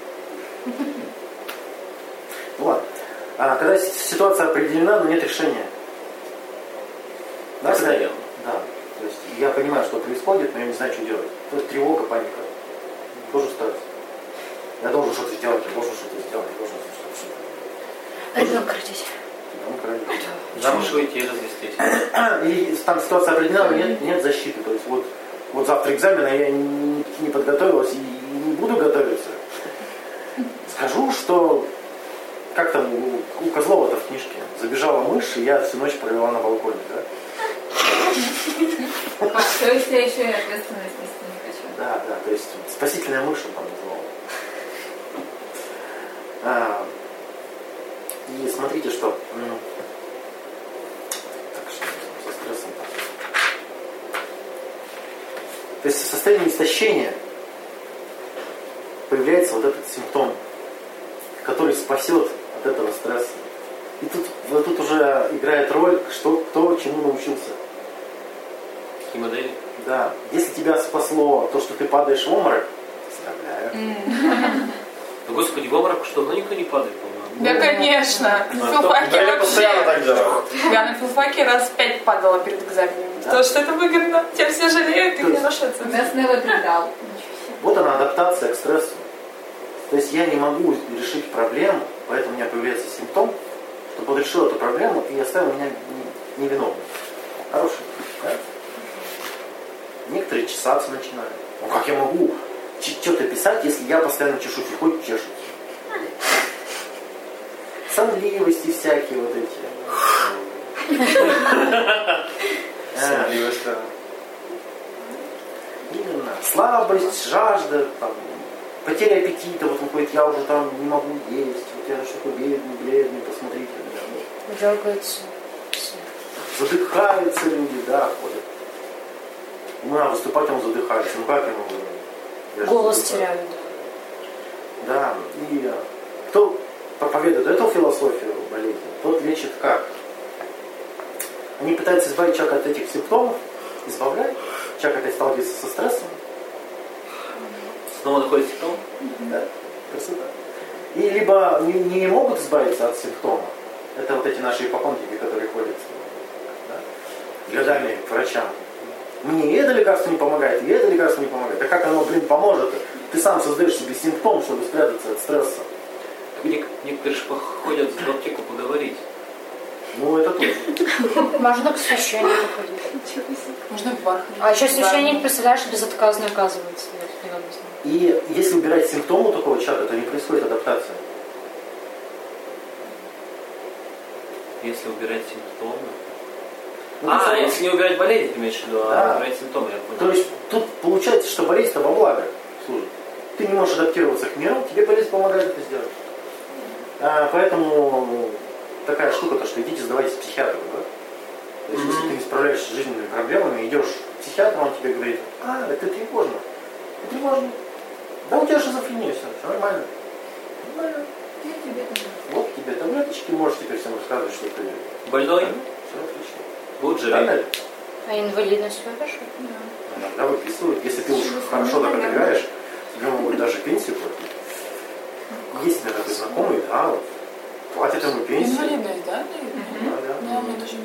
Ну ладно. Когда ситуация определена, но нет решения. Да, Постоянно. да. То есть я понимаю, что происходит, но я не знаю, что делать. То есть тревога, паника. Тоже стресс. Я должен что-то сделать, я должен что-то сделать, я должен что-то. Ребенка родить. Замуж выйти и развестись. И там ситуация определена, но нет защиты. То есть вот завтра экзамен, а я не подготовилась и не буду готовиться. Скажу, что как там у Козлова-то в книжке забежала мышь, и я всю ночь провела на балконе, да? То есть я еще и ответственность нести не хочу. Да, то есть спасительная мышь он там называл. И смотрите, что... Так, что со стрессом так. То есть в состоянии истощения появляется вот этот симптом, который спасет от этого стресса. И тут уже играет роль, кто чему научился. Какие модели? Да. Если тебя спасло то, что ты падаешь в обморок, поздравляю. Ну, господи, в обморок что, ну никто не падает, по-моему. Да, конечно. На Да филфаке я постоянно вообще. так делаю. Я на филфаке раз 5 падала перед экзаменом. Да. Потому что это выгодно. Тебя все жалеют и То есть- хорошо У нас Нева передал. Вот она адаптация к стрессу. То есть я не могу решить проблему, поэтому у меня появляется симптом, что подрешил эту проблему и оставил меня невиновным. Хороший, да? Некоторые чесаться начинают. Ну как я могу что-то писать, если я постоянно чешусь и хоть чешусь? Сонливости всякие вот эти. Сонливость, да. Именно. Слабость, жажда, там, потеря аппетита, вот он говорит, я уже там не могу есть, вот я что такой бледный, посмотрите на меня. Дергается. Задыхаются люди, да, ходят. Выступать он задыхается, ну как я могу? Я же Голос задыхаюсь. теряют. Да, и кто проповедует эту философию болезни, тот лечит как? Они пытаются избавить человека от этих симптомов, избавляют, человек опять сталкивается со стрессом, Снова находится симптом? да, красота. И либо не могут избавиться от симптома, это вот эти наши ипохондрики, которые ходят годами к врачам. Мне и это лекарство не помогает, и это лекарство не помогает. Да как оно, поможет? Ты сам создаешь себе симптом, чтобы спрятаться от стресса. Некоторые же ходят в аптеку поговорить. Ну, это тоже. Можно к священнику ходить. Можно в бар ходить. А еще священник, представляешь, безотказно оказывается. Не надо знать. И если убирать симптомы у такого человека, то не происходит адаптация. Если убирать симптомы. Ну, если не убирать болезнь, ты имеешь в виду, да. а убирать симптомы, я понял. То есть тут получается, что болезнь-то во благо служит. Ты не можешь адаптироваться к миру, тебе болезнь помогает это сделать. Поэтому такая штука, то, что идите сдавайтесь психиатру, да? То есть, если ты не справляешься с жизненными проблемами, идешь к психиатру, он тебе говорит, это тревожно. Это тревожно. Да у тебя шизофрения, все нормально. Нормально. Вот тебе таблеточки, можешь теперь всем рассказывать, что ты больной? Все отлично. Будут жалеть. А инвалидность выпишут? Иногда выписывают. Если ты уж хорошо так отыграешь, тебе могут даже пенсию платить. Есть у меня такой знакомый, да, вот, платят ему пенсию. Инвалидность, да? Да. Да, мы тоже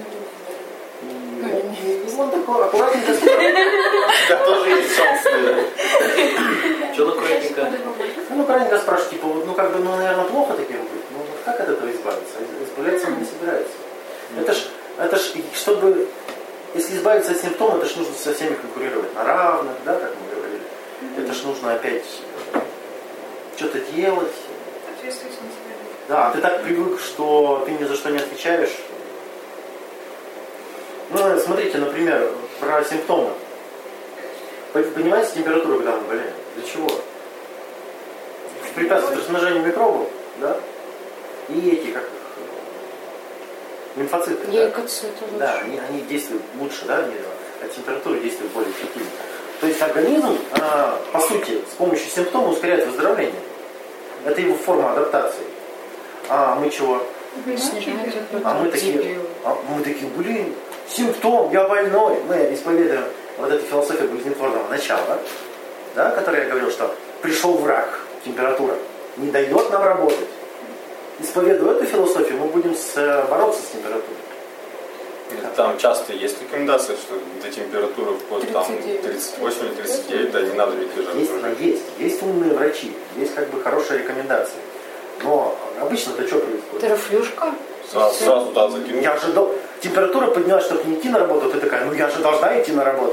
И он такой аккуратненько Да, тоже есть шанс. Что аккуратненько? аккуратненько спрашивает, типа, наверное, плохо таким быть. Ну, как от этого избавиться? Избавляться он не собирается. Это ж, чтобы, если избавиться от симптомов, это ж нужно со всеми конкурировать на равных, да, как мы говорили. Это ж нужно опять что-то делать. Ответственность на себя. Да, ты так привык, что ты ни за что не отвечаешь. Ну, смотрите, например, про симптомы. Поднимается температура, когда мы болеем. Для чего? Препятствует размножению микробов, да? И эти, как их, лимфоциты. Лейкоциты. Да, они действуют лучше, да? Они от температуры действуют более эффективно. То есть организм, по сути, с помощью симптомов ускоряет выздоровление. Это его форма адаптации. А мы чего? Мы такие, блин, симптом, я больной. Мы исповедуем вот эту философию болезнетворного начала, да, которой я говорил, что пришел враг, температура, не дает нам работать. Исповедуя эту философию, мы будем бороться с температурой. Там часто есть рекомендация, что до температуры вплоть 38 или 39, да, не надо ведь лежать. Есть умные врачи, есть как бы хорошие рекомендации. Но обычно-то что происходит? Терафлюшка? Сразу да, закинуть. Температура поднялась, чтобы не идти на работу, ты такая, я же должна идти на работу.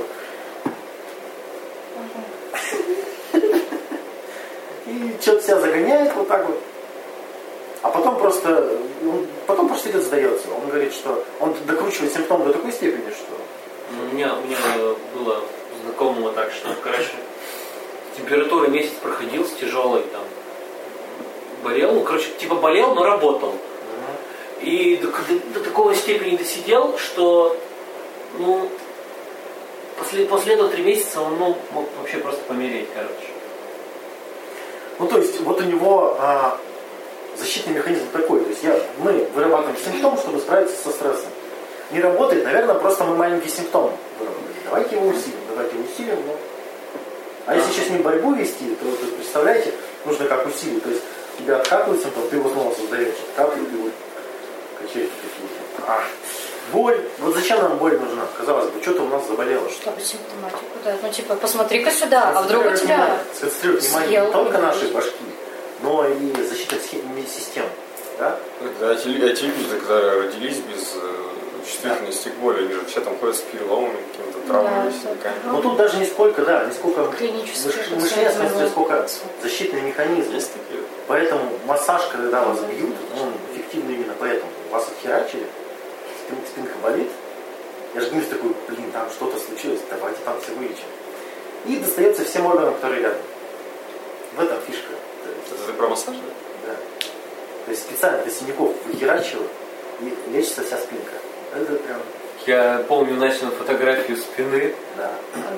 И что-то себя загоняет вот так вот. А потом просто идет сдается. Он говорит, что он докручивает симптомы до такой степени, что... У меня было знакомого так, что, короче, температура месяц проходил с тяжелой, там, болел, болел, но работал. И до такой степени досидел, что, после этого 3 месяца он мог вообще просто помереть, короче. То есть, вот у него защитный механизм такой. То есть, мы вырабатываем симптом, чтобы справиться со стрессом. Не работает, наверное, просто мы маленький симптом выработали. Давайте его усилим, А если сейчас с ним борьбу вести, то представляете, нужно как усилить. То есть, тебя откатывает симптом, ты его снова создаешь. Откатывает, ты его качаешь такие. Боль. Вот зачем нам боль нужна? Казалось бы, что-то у нас заболело. Чтобы симптоматику дать. Посмотри-ка сюда, а вдруг у тебя сконцентрировать внимание не только нашей башки, но и защитных систем. Да? Эти люди, которые родились без чувствительности к боли, они же все там ходят с переломами, какими-то травмами, синяками. Но тут даже не сколько клинические мышление, сколько защитный механизм. Есть такие. Поэтому массаж, когда вас бьют, он эффективный именно поэтому. Вас отхерачили, спинка болит. Я же говорю такой, там что-то случилось, давайте там все вылечим. И достается всем органам, которые рядом. В этом фишка. Это про массаж? Да. То есть специально до синяков выхерачивают и лечится вся спинка. Это прям... Я помню Насину фотографию спины. Да.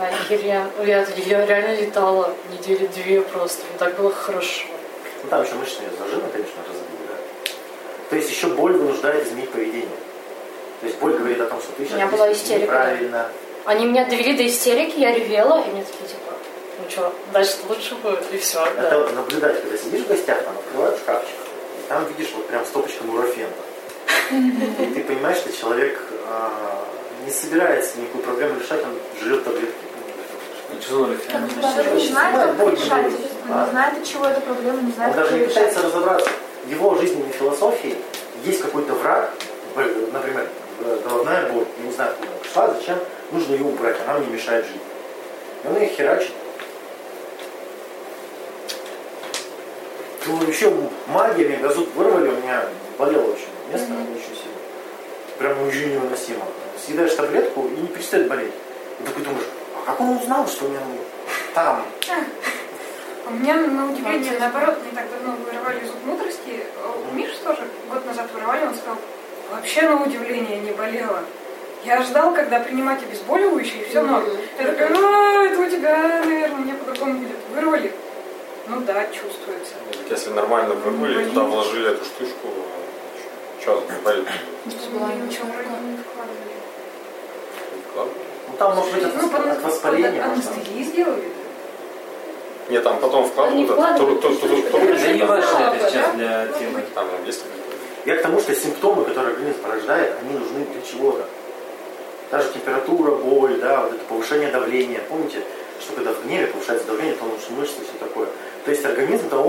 Я реально летала 2 недели просто. Мне так было хорошо. Там еще мышечные зажимы, конечно, разбили, да. То есть еще боль вынуждает изменить поведение. То есть боль говорит о том, что ты сейчас действуешь неправильно. Они меня довели до истерики, я ревела, и мне такие, дальше лучше будет, и все. Это наблюдать, когда сидишь в гостях, там открывают шкафчик, и там видишь вот прям стопочка нурофена. И ты понимаешь, что человек не собирается никакую проблему решать, он жрет таблетки. Человек не знает, как решать, не знает, от чего эта проблема, не знает, Он как даже не ее решать. пытается разобраться. В его жизненной философии есть какой-то враг, например, головная боль, я не знаю, откуда она пришла, зачем, нужно ее убрать, она мне мешает жить. И он ее херачит. Ну, еще магия, меня газут вырвали, у меня болело очень место, очень сильно. Прям уже невыносимо. Съедаешь таблетку и не перестает болеть. И такой думаешь, а как он узнал, что у меня там? У меня, на удивление, наоборот, не так давно вырывали зуб мудрости. У Миши тоже год назад вырывали, он сказал, вообще на удивление не болело. Я ждал, когда принимать обезболивающие, и все норм. Я такая, это у тебя, наверное, мне по-другому будет. Вырвали. Ну да, чувствуется. Если нормально вырвали, туда вложили эту штучку, что болит? Ничего вроде не вкладывали. Ну там может быть от воспаления. Анестезии сделали. Нет, там потом вкладывают. Это не важно это сейчас для темы. Там есть. Я к тому, что симптомы, которые организм порождает, они нужны для чего-то. Та же температура, боль, да, вот это повышение давления. Помните, что когда в гневе повышается давление, то он лучше мышцы и все такое. То есть организм-то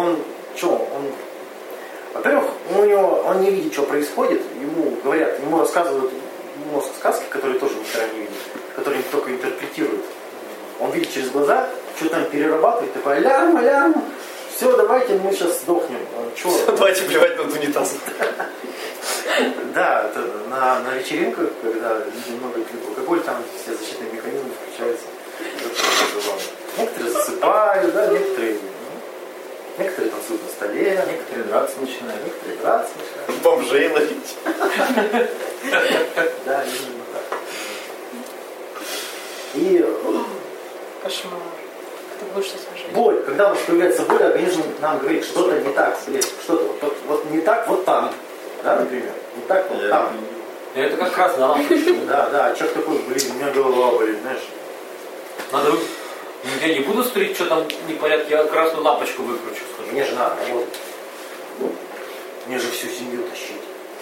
во-первых, он не видит, что происходит, ему говорят, ему рассказывают мозг сказки, которые тоже ни хера не видит, которые только интерпретируют. Он видит через глаза, что там перерабатывает, такой алярм, все, давайте мы сейчас сдохнем. Давайте плевать над унитазом. Да, это на вечеринках, когда люди много пьют алкоголь, там все защитные механизмы включаются. Некоторые засыпают, да, некоторые танцуют на столе, некоторые драться начинают. Бомжей ловить. Да, именно так. И Кошмар. Ты будешь сейчас жить. боль, когда у нас появляется боль, организм нам говорит, что-то не так, что-то вот не так вот там, да, например, не так вот там. И это как раз да. Да, человек такой, блин, у меня голова болит, знаешь. Надо я не буду смотреть, что там непорядок, я красную лампочку выкручу, скажу. Мне же надо работать. Мне же всю семью тащить.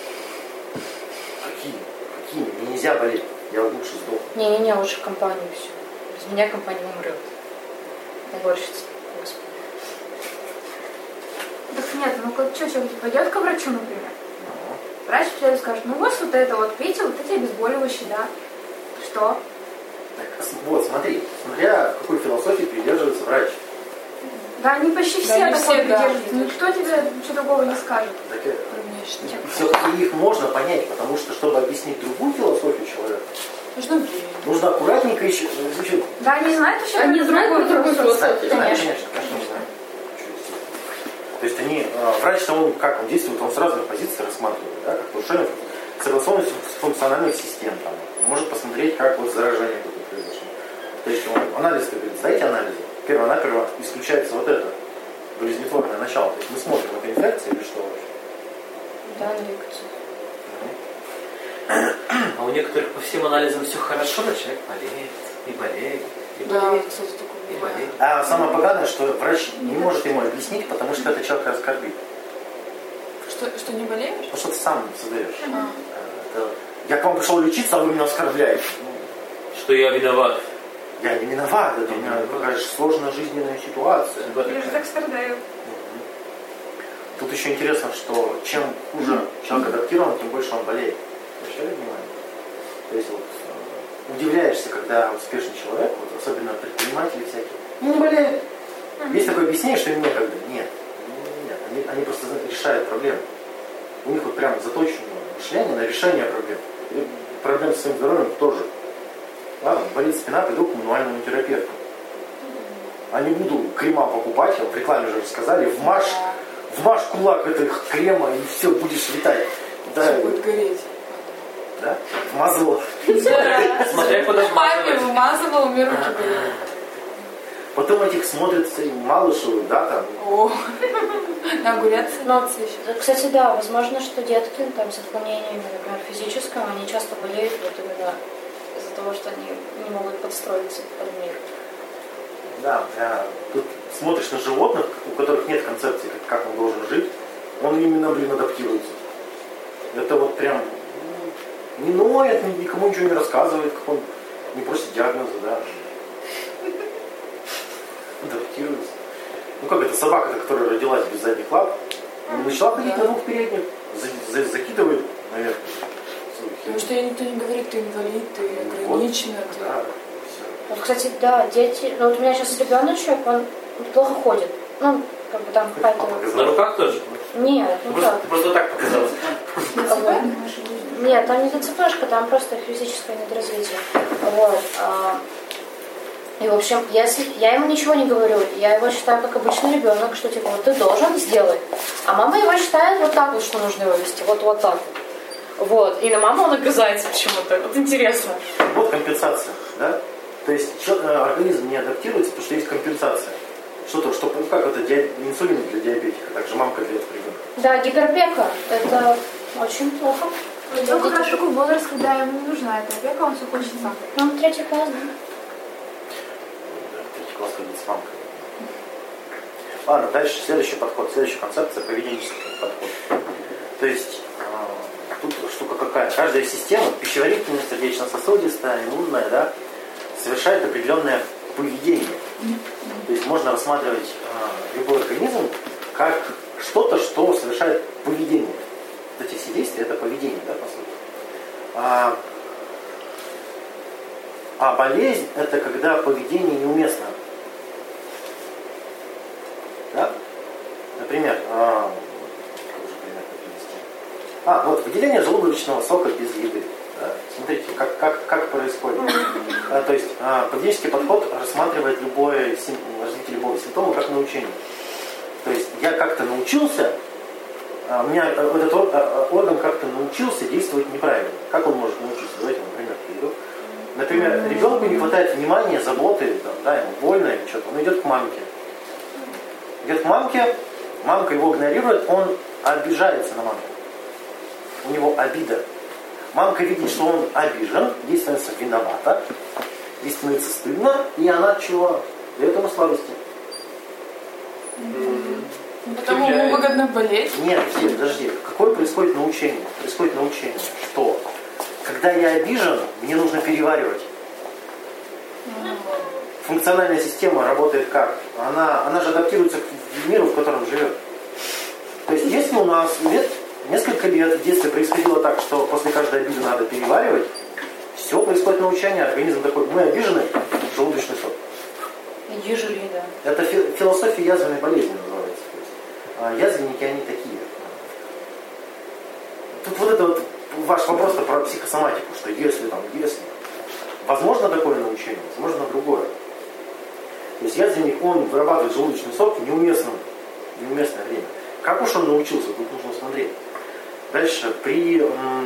Какие? Мне нельзя болеть. Я лучше сдохну. Не-не-не, лучше компанию все. Без меня компания умрет. Уборщица. Господи. Так нет, что, человек пойдет к врачу, например? Врач придет и скажет, ну вот это вот, пейте вот эти обезболивающие, да. Что? Так, вот, смотри, смотря какой философии придерживается врач. Да, они почти все не такой все, да. придерживаются. Никто тебе ничего другого не скажет. Так, Конечно. все-таки их можно понять, потому что, чтобы объяснить другую философию человека, Нужно время. нужно аккуратненько еще. Да, они знают еще Они знают про другую философию, Конечно, не знаю. То есть врач-то он действует, он с разных позиций рассматривает, да, как нарушение согласованности функциональных систем. Там. Может посмотреть, как вот заражение какое-то произошло. То есть анализ, говорит, сдайте анализы. Перво-наперво исключается вот это болезнетворное начало. То есть мы смотрим, это инфекция или что вообще. Да, инфекция. А у некоторых по всем анализам все хорошо, но человек болеет, и болеет, и Да, болеет, кстати, такое и бывает. болеет. А самое поганое, что врач не может ему объяснить, потому что это человек оскорбит. Что не болеешь? Потому что ты сам создаешь. Я к вам пришел лечиться, а вы меня оскорбляете. Что я виноват. Я не виноват, это у меня какая-то сложная жизненная ситуация. Я же так страдаю. Тут еще интересно, что чем хуже человек адаптирован, тем больше он болеет. Обращали внимание? То есть удивляешься, когда успешный человек, особенно предприниматели всякие, не болеют. Есть такое объяснение, что им некогда. Нет. Они просто решают проблемы. У них вот прям заточенное мышление на решение проблем. И проблем с своим здоровьем тоже. Ладно, болит спина, пойду к мануальному терапевту. А не буду крема покупать, в рекламе же рассказали, вмажь кулак этих крема и все, будешь летать. Да, Все будет гореть. да? Вмазывал. Смотря куда Папе вмазывать. вымазывала, у меня руки болели. Потом этих смотрят малышевых, да, там. О, на огурец Но, кстати, да, возможно, что детки там, с отклонениями, например, физическим, они часто болеют вот именно из-за того, что они не могут подстроиться под мир. Да, тут смотришь на животных, у которых нет концепции, как он должен жить, он именно, адаптируется. Это вот прям не ноет, никому ничего не рассказывает, как он не просит диагноза, да. Адаптируется. Ну как это собака, которая родилась без задних лап, начала ходить на двух передних, закидывает наверх. Потому что никто не говорит, ты инвалид, ты ограничена. Вот, да, Вот, кстати, да, дети... Ну, вот у меня сейчас ребеночек, он плохо ходит. Ну, как бы там какая-то... На руках тоже? Нет, ну так. Ты просто так показалось. Нет, там не ДЦПшка, там просто физическое недоразвитие. Вот. И, в общем, если я ему ничего не говорю, я его считаю как обычный ребенок, что типа вот ты должен сделать. А мама его считает вот так вот, что нужно его вести. Вот так. Вот. И на маму он огрызается почему-то. Вот интересно. Вот компенсация, да? То есть организм не адаптируется, потому что есть компенсация. Что-то, что, ну, как это инсулин для диабетика, также мамка для этого ребенка. Да, гиперопека. Это очень плохо. Ну, как раз такой возраст, когда ему не нужна эта опека, он все хочет сам. Ну, 3 класс, да. Да, 3 класс ходить с мамкой. Ладно, дальше следующий подход, следующая концепция — поведенческий подход. То есть тут штука какая? Каждая система, пищеварительная, сердечно-сосудистая, иммунная, да, совершает определенное поведение. То есть можно рассматривать любой организм как что-то, что совершает поведение. Вот эти все действия — это поведение, да, по сути. А болезнь — это когда поведение неуместно. Да? Например, какой же пример привести? Вот выделение желудочного сока без еды. Да? Смотрите, как происходит. То есть поведенческий подход рассматривает развитие любого симптома как научение. То есть я как-то научился, у меня этот орган как-то научился действовать неправильно. Как он может научиться? Давайте, например, приведу. Например, ребенку не хватает внимания, заботы, там, да, ему больно или что-то, он идет к мамке. Идет к мамке, мамка его игнорирует, он обижается на мамку. У него обида. Мамка видит, что он обижен, ей становится виновата, ей становится стыдно, и она чего? Дает ему слабости. Потому ему выгодно болеть? Нет, подожди. Какое происходит научение? Происходит научение, что когда я обижен, мне нужно переваривать. Функциональная система работает как? Она же адаптируется к миру, в котором живет. То есть если у нас несколько лет в детстве происходило так, что после каждой обиды надо переваривать, все, происходит научение, организм такой, мы обижены, желудочный сок. Ежели, да. Это философия язвенной болезни называется. То есть, язвенники, они такие. Тут вот это вот ваш вопрос про психосоматику, что если. Возможно такое научение, возможно другое. То есть язвенник, он вырабатывает желудочный сок в неуместное время. Как уж он научился, тут нужно смотреть. Дальше, при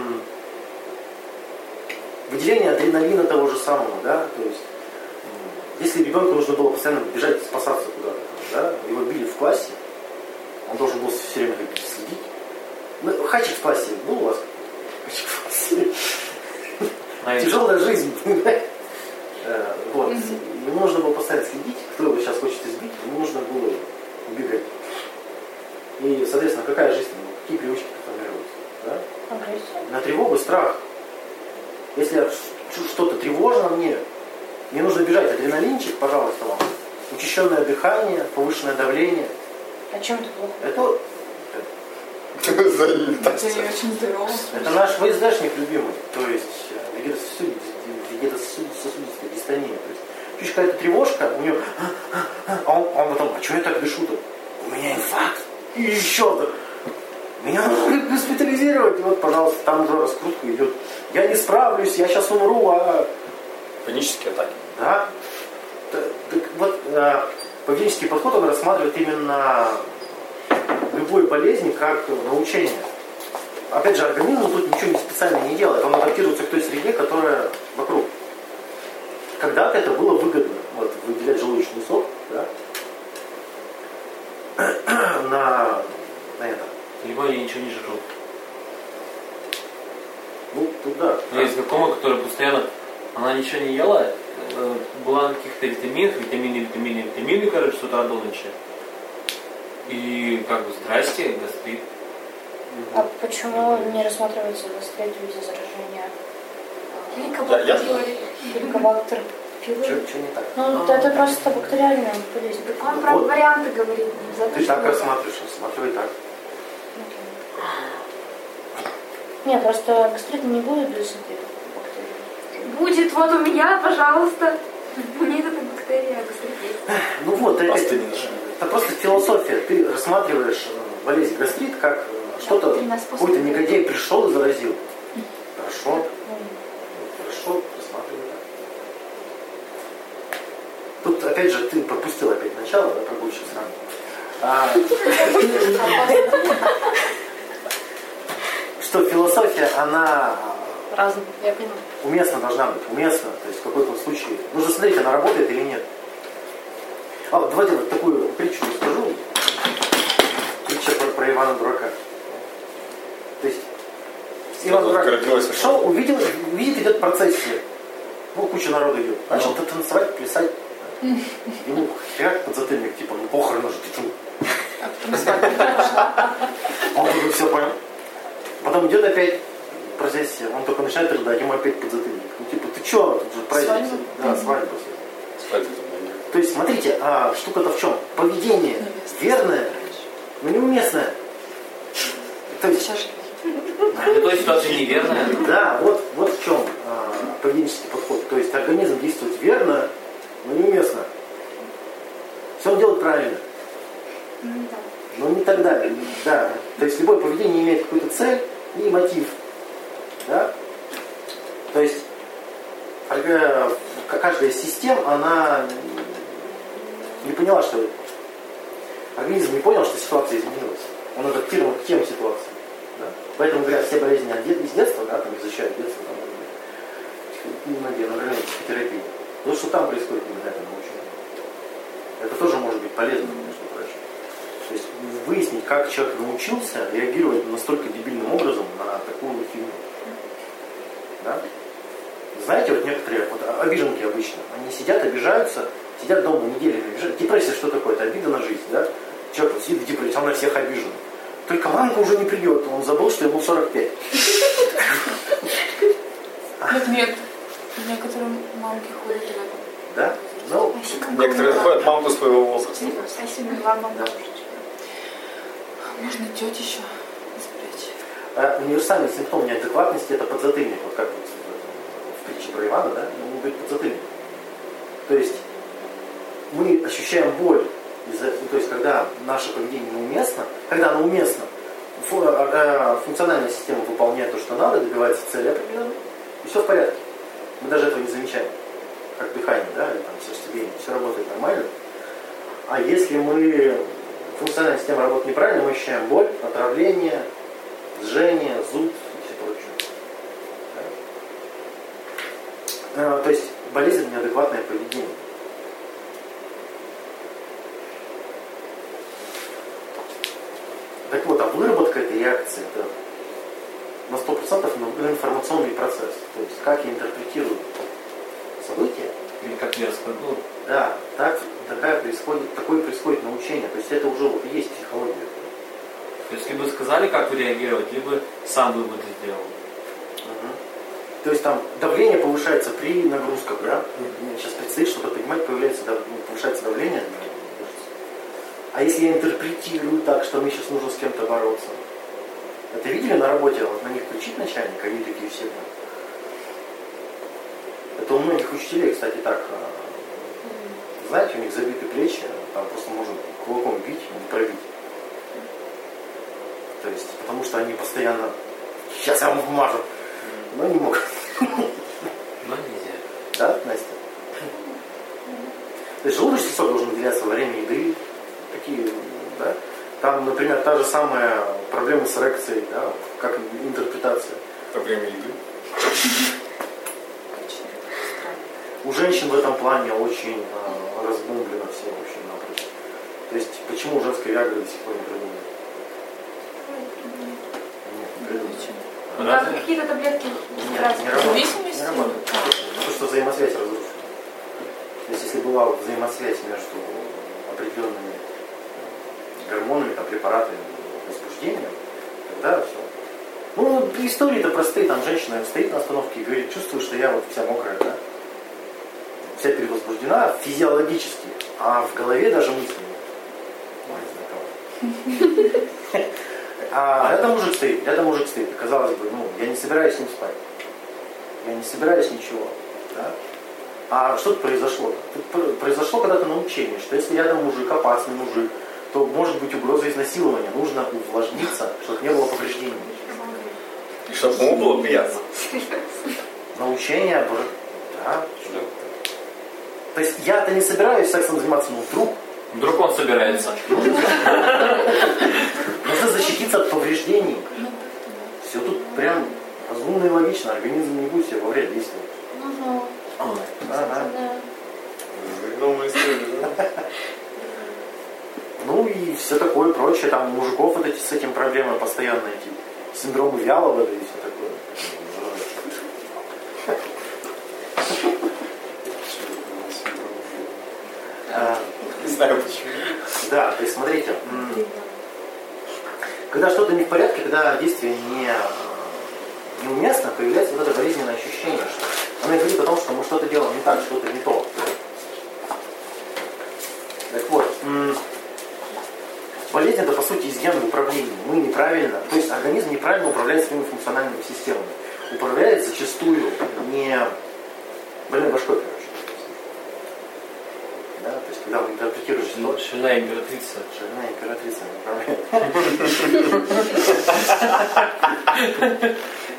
выделении адреналина того же самого, да, то есть если ребенку нужно было постоянно бежать, спасаться куда-то, да, его били в классе, он должен был все время следить. Ну, хачик в классе был у вас? Хачик в классе. Тяжелая жизнь. Вот. Ему нужно было постоянно следить, кто его сейчас хочет избить, ему нужно было убегать. И, соответственно, какая жизнь, какие привычки формируются? Да? На тревогу, страх. Если что-то тревожно мне нужно бежать. Адреналинчик, пожалуйста, вам. Учащенное дыхание, повышенное давление. А чем это плохо? Это очень здорово. Это наш ВСДшник любимый. То есть вегетососудистая дистония. То есть чуть какая-то тревожка, у него... он потом, а что я так дышу-то? У меня инфаркт. И еще-то. Меня нужно госпитализировать. И вот, пожалуйста, там уже раскрутка идет. Я не справлюсь, я сейчас умру, Панические атаки. Да. Так вот, поведенческий подход, он рассматривает именно любую болезнь как научение. Опять же, организм тут ничего специально не делает. Он адаптируется к той среде, которая вокруг. Когда-то это было выгодно. Вот, выделять желудочный сок, да, на это. Либо я ничего не жру. Ну, тут да. У меня есть знакомая, которая постоянно, она ничего не ела, была на каких-то витамины, короче, с утра до ночи. И как бы, здрасте, гастрит. А почему не рассматривается гастрит в виде заражения хеликобактер пилори? Что не так? Ну, это просто бактериальная болезнь. Он про варианты говорит. Ты так рассматриваешь, рассматривай так. Нет, просто гастрит не будет без этих бактерий. Будет, вот у меня, пожалуйста. Нет, это бактерия, а гастрит есть. Ну вот, Просто не нашли. это просто философия. Ты рассматриваешь болезнь гастрит как что-то, какой-то негодяй пришел и заразил. Хорошо. Хорошо, рассматривай так. Тут, опять же, ты пропустил опять начало, да, прогульщик сразу. Что философия, она Разные, я понимаю. уместно должна быть, уместно, то есть в какой-то случае. Нужно смотреть, она работает или нет. Вот давайте вот такую притчу расскажу. Притча про Ивана Дурака. То есть Иван Дурак шел, видит, идет процессия. Ну, куча народу идет. Начал танцевать, плясать. Ему херак подзатыльник, типа, ну похороны же, ты чё? А потом свадьба. Он уже все понял. Потом идет опять процессия, он только начинает рыдать, ему опять подзатыльник. Ну, типа, ты чё, тут же праздник. Да, свадьба. То есть, смотрите, штука-то в чем? Поведение верное, но неуместное. То есть, В той ситуации неверная. да, вот в чем поведенческий подход. То есть организм действует верно, но неуместно. Все он делает правильно. Но не тогда. Да. То есть любое поведение имеет какую-то цель и мотив. Да? То есть каждая из систем, она не поняла, что организм не понял, что ситуация изменилась. Он адаптирован к тем ситуациям. Да? Поэтому говорят, все болезни из детства, да, там изучают детство, там, многие направления психотерапии. То, что там происходит, именно это научено. Это тоже может быть полезно, между прочим. То есть выяснить, как человек научился реагировать настолько дебильным образом на такую фигню. Да? Знаете, вот некоторые вот обиженки обычно, они сидят, обижаются, сидят дома неделями, обижают. Депрессия что такое? Это обида на жизнь, да? Человек вот сидит в депрессии, он на всех обижен. Только мамка уже не придет, он забыл, что ему 45. Нет, некоторые мамки ходят в этом. Да? Ну, Некоторые ходят мамку своего возраста. Спасибо вам, мама. Можно тетю еще запрячь. Универсальный симптом неадекватности – это подзатыльник. Вот как вот в притче про Ивана, да? Он говорит подзатыльник. То есть мы ощущаем боль. То есть когда наше поведение неуместно, когда оно уместно, функциональная система выполняет то, что надо, добивается цели определенной, и все в порядке. Мы даже этого не замечаем. Как дыхание, да, или там сердцебиение, все работает нормально. А если функциональная система работает неправильно, мы ощущаем боль, отравление, жжение, зуд и все прочее. Да? То есть болезнь неадекватное поведение. Так вот, а выработка этой реакции это на 100% информационный процесс. То есть как я интерпретирую события. Или как я рассказал. Да, такое происходит научение. То есть это уже вот и есть психология. То есть либо сказали, как реагировать, либо сам вывод сделал. Угу. То есть там давление повышается при нагрузках, да? Мне сейчас предстоит что-то поднимать, повышается давление. А если я интерпретирую так, что мне сейчас нужно с кем-то бороться? Это видели на работе? Вот на них кричит начальник, они такие все. Это у многих учителей, кстати, так. Знаете, у них забиты плечи, там просто можно кулаком бить, не пробить. То есть, потому что они постоянно сейчас я вам вмажу. Но не могут. Но нельзя. Да, Настя? То есть желудочный сок должен выделяться во время еды. Такие, да? Там, например, та же самая проблема с эрекцией, да? Как интерпретация. Во время еды. У женщин в этом плане очень разбомблено все вообще напрочь. То есть, почему женская виагра до сих пор не придумали? Нет, не придумали. Как какие-то таблетки Не работает. Зависимости? Не работает. Потому что взаимосвязь разрушена. То есть, если была взаимосвязь между определенными гормонами, там, препаратами, возбуждением, да, все. Ну, истории-то простые, там женщина стоит на остановке и говорит, чувствую, что я вот вся мокрая, да, вся перевозбуждена физиологически, а в голове даже мысли нет. А рядом мужик стоит, казалось бы, ну, я не собираюсь с ним спать, я не собираюсь ничего, да. А что тут произошло? Тут произошло когда-то научение, что если рядом мужик, опасный мужик, то может быть угроза изнасилования, нужно увлажниться, чтобы не было повреждений. И чтобы ему было приятно. Научение, да. То есть я-то не собираюсь сексом заниматься, но Вдруг он собирается. Нужно защититься от повреждений. Все тут прям разумно и логично, организм не будет себе во вред действовать. Новая история, да? Ну и все такое прочее, там у мужиков вот эти с этим проблемы постоянно, эти синдромы вялого, да и все такое. Не знаю почему. Да, то есть смотрите, когда что-то не в порядке, когда действие неуместно, появляется вот это болезненное ощущение, что оно говорит о том, что мы что-то делаем не так, что-то не то. Так вот, болезнь это по сути изъян в управлении. Мы неправильно, то есть организм неправильно управляет своими функциональными системами. Управляет зачастую не больной башкой, короче. Да, то есть когда вы интерпретируете что-то. Шальная императрица. Шальная императрица управляет.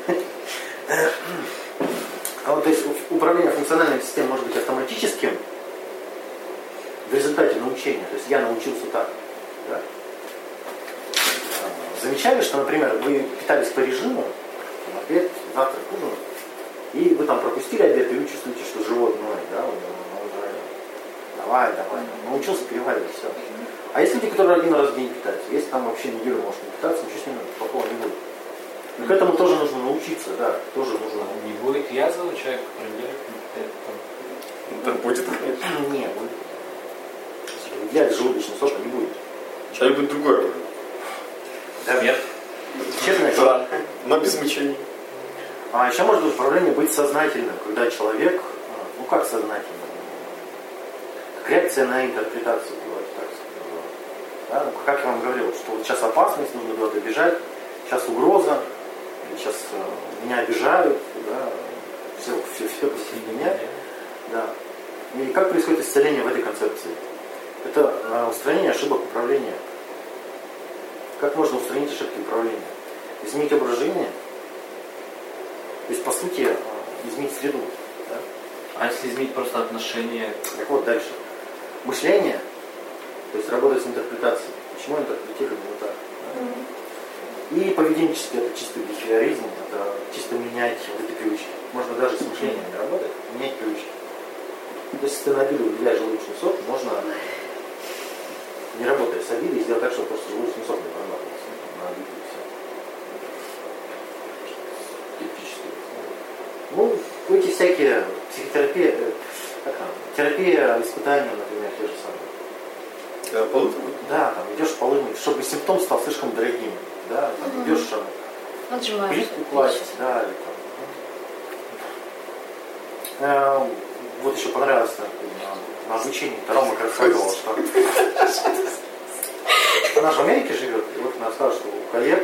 То есть управление функциональной системой может быть автоматическим в результате научения. То есть я научился так. Да? Замечали, что, например, вы питались по режиму, обед, завтрак, ужин, и вы там пропустили обед, и вы чувствуете, что живот ноет, да, уже давай, научился переваривать, все. А есть люди, которые один раз в день питаются, если там вообще неделю может не питаться, ничего с ними плохого не будет. Но к этому тоже нужно научиться, да, тоже нужно. Не будет язвы у человека, который делает Да будет. Не, будет. Если желудочный сок не будет. Что-нибудь другое. Да? Нет. Честно Да, но без мучений. А еще может быть управление быть сознательным, когда человек, ну как сознательным, как реакция на интерпретацию, давайте так сказать. Да? Ну, как я вам говорил, что вот сейчас опасность, нужно куда-то бежать, сейчас угроза, сейчас меня обижают, да, все против меня. Да. И как происходит исцеление в этой концепции? Это устранение ошибок управления. Как можно устранить ошибки управления? Изменить образ жизни. То есть, по сути, изменить среду. Да? А если изменить просто отношения? Так вот, дальше. Мышление, то есть работать с интерпретацией. Почему интерпретируем вот так? Да? И поведенческий, это чисто бихевиоризм, это чисто менять вот эти привычки. Можно даже с мышлением не работать, менять привычки. То есть, если ты на обиду выделяешь желудочный сок, можно, не работая с обидой, сделать так, чтобы просто желудочный сок не прорабатывался на обиду и все. Типически. Ну, эти всякие психотерапии, терапия испытанием, например, те же самые. Полы? Да, там идешь полы мыть, чтобы симптом стал слишком дорогим. Да, там идешь плитку класть, да, или там. Вот еще понравилось на обучении Рома как рассказывала, что она же в Америке живет, и вот она рассказала, что у коллег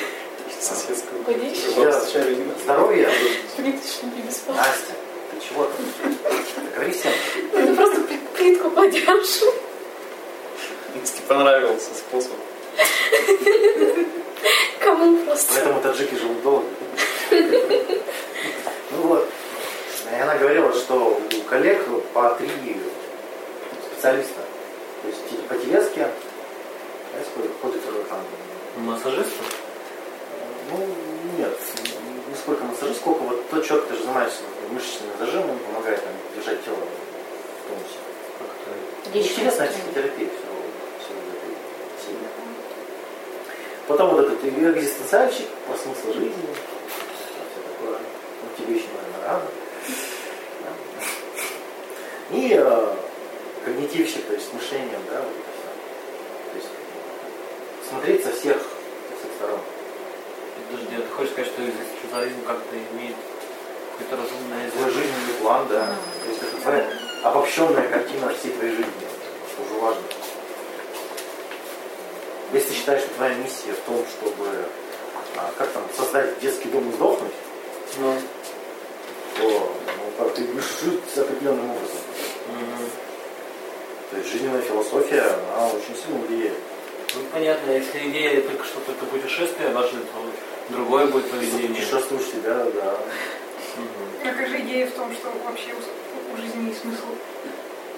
здоровье. Настя, ты чего там? Говори всем. Ты просто плитку кладешь. Если понравился способ. Кому просто? Поэтому таджики живут долго. Ну вот. И она говорила, что у коллег по 3 специалиста. То есть по телеске, ходит там. Массажист? Ну, нет, не сколько массажист, сколько вот тот человек, который занимается мышечными зажимами, помогает там держать тело в тонусе. Телесная психотерапия, все в этой теме. Потом вот этот экзистенциальщик по смыслу жизни, все такое. Ну, тебе еще, наверное, рано. И когнитивщик, то есть с мышлением, да, вот это все. То есть смотреть со всех сторон. Подожди, а ты хочешь сказать, что экзистенциализм как-то имеет какое-то разумное Твой жизненный план, да. То есть это твоя обобщенная картина всей твоей жизни. Это уже важно. Если ты считаешь, что твоя миссия в том, чтобы как там, создать детский дом и сдохнуть, то ты будешь жить определенным образом. То есть жизненная философия, она очень сильно влияет. Ну, понятно, если идея только что только путешествие важно, то другое будет поведение. Путешествуешь себя, да. Как же идея в том, что вообще у жизни есть смысл?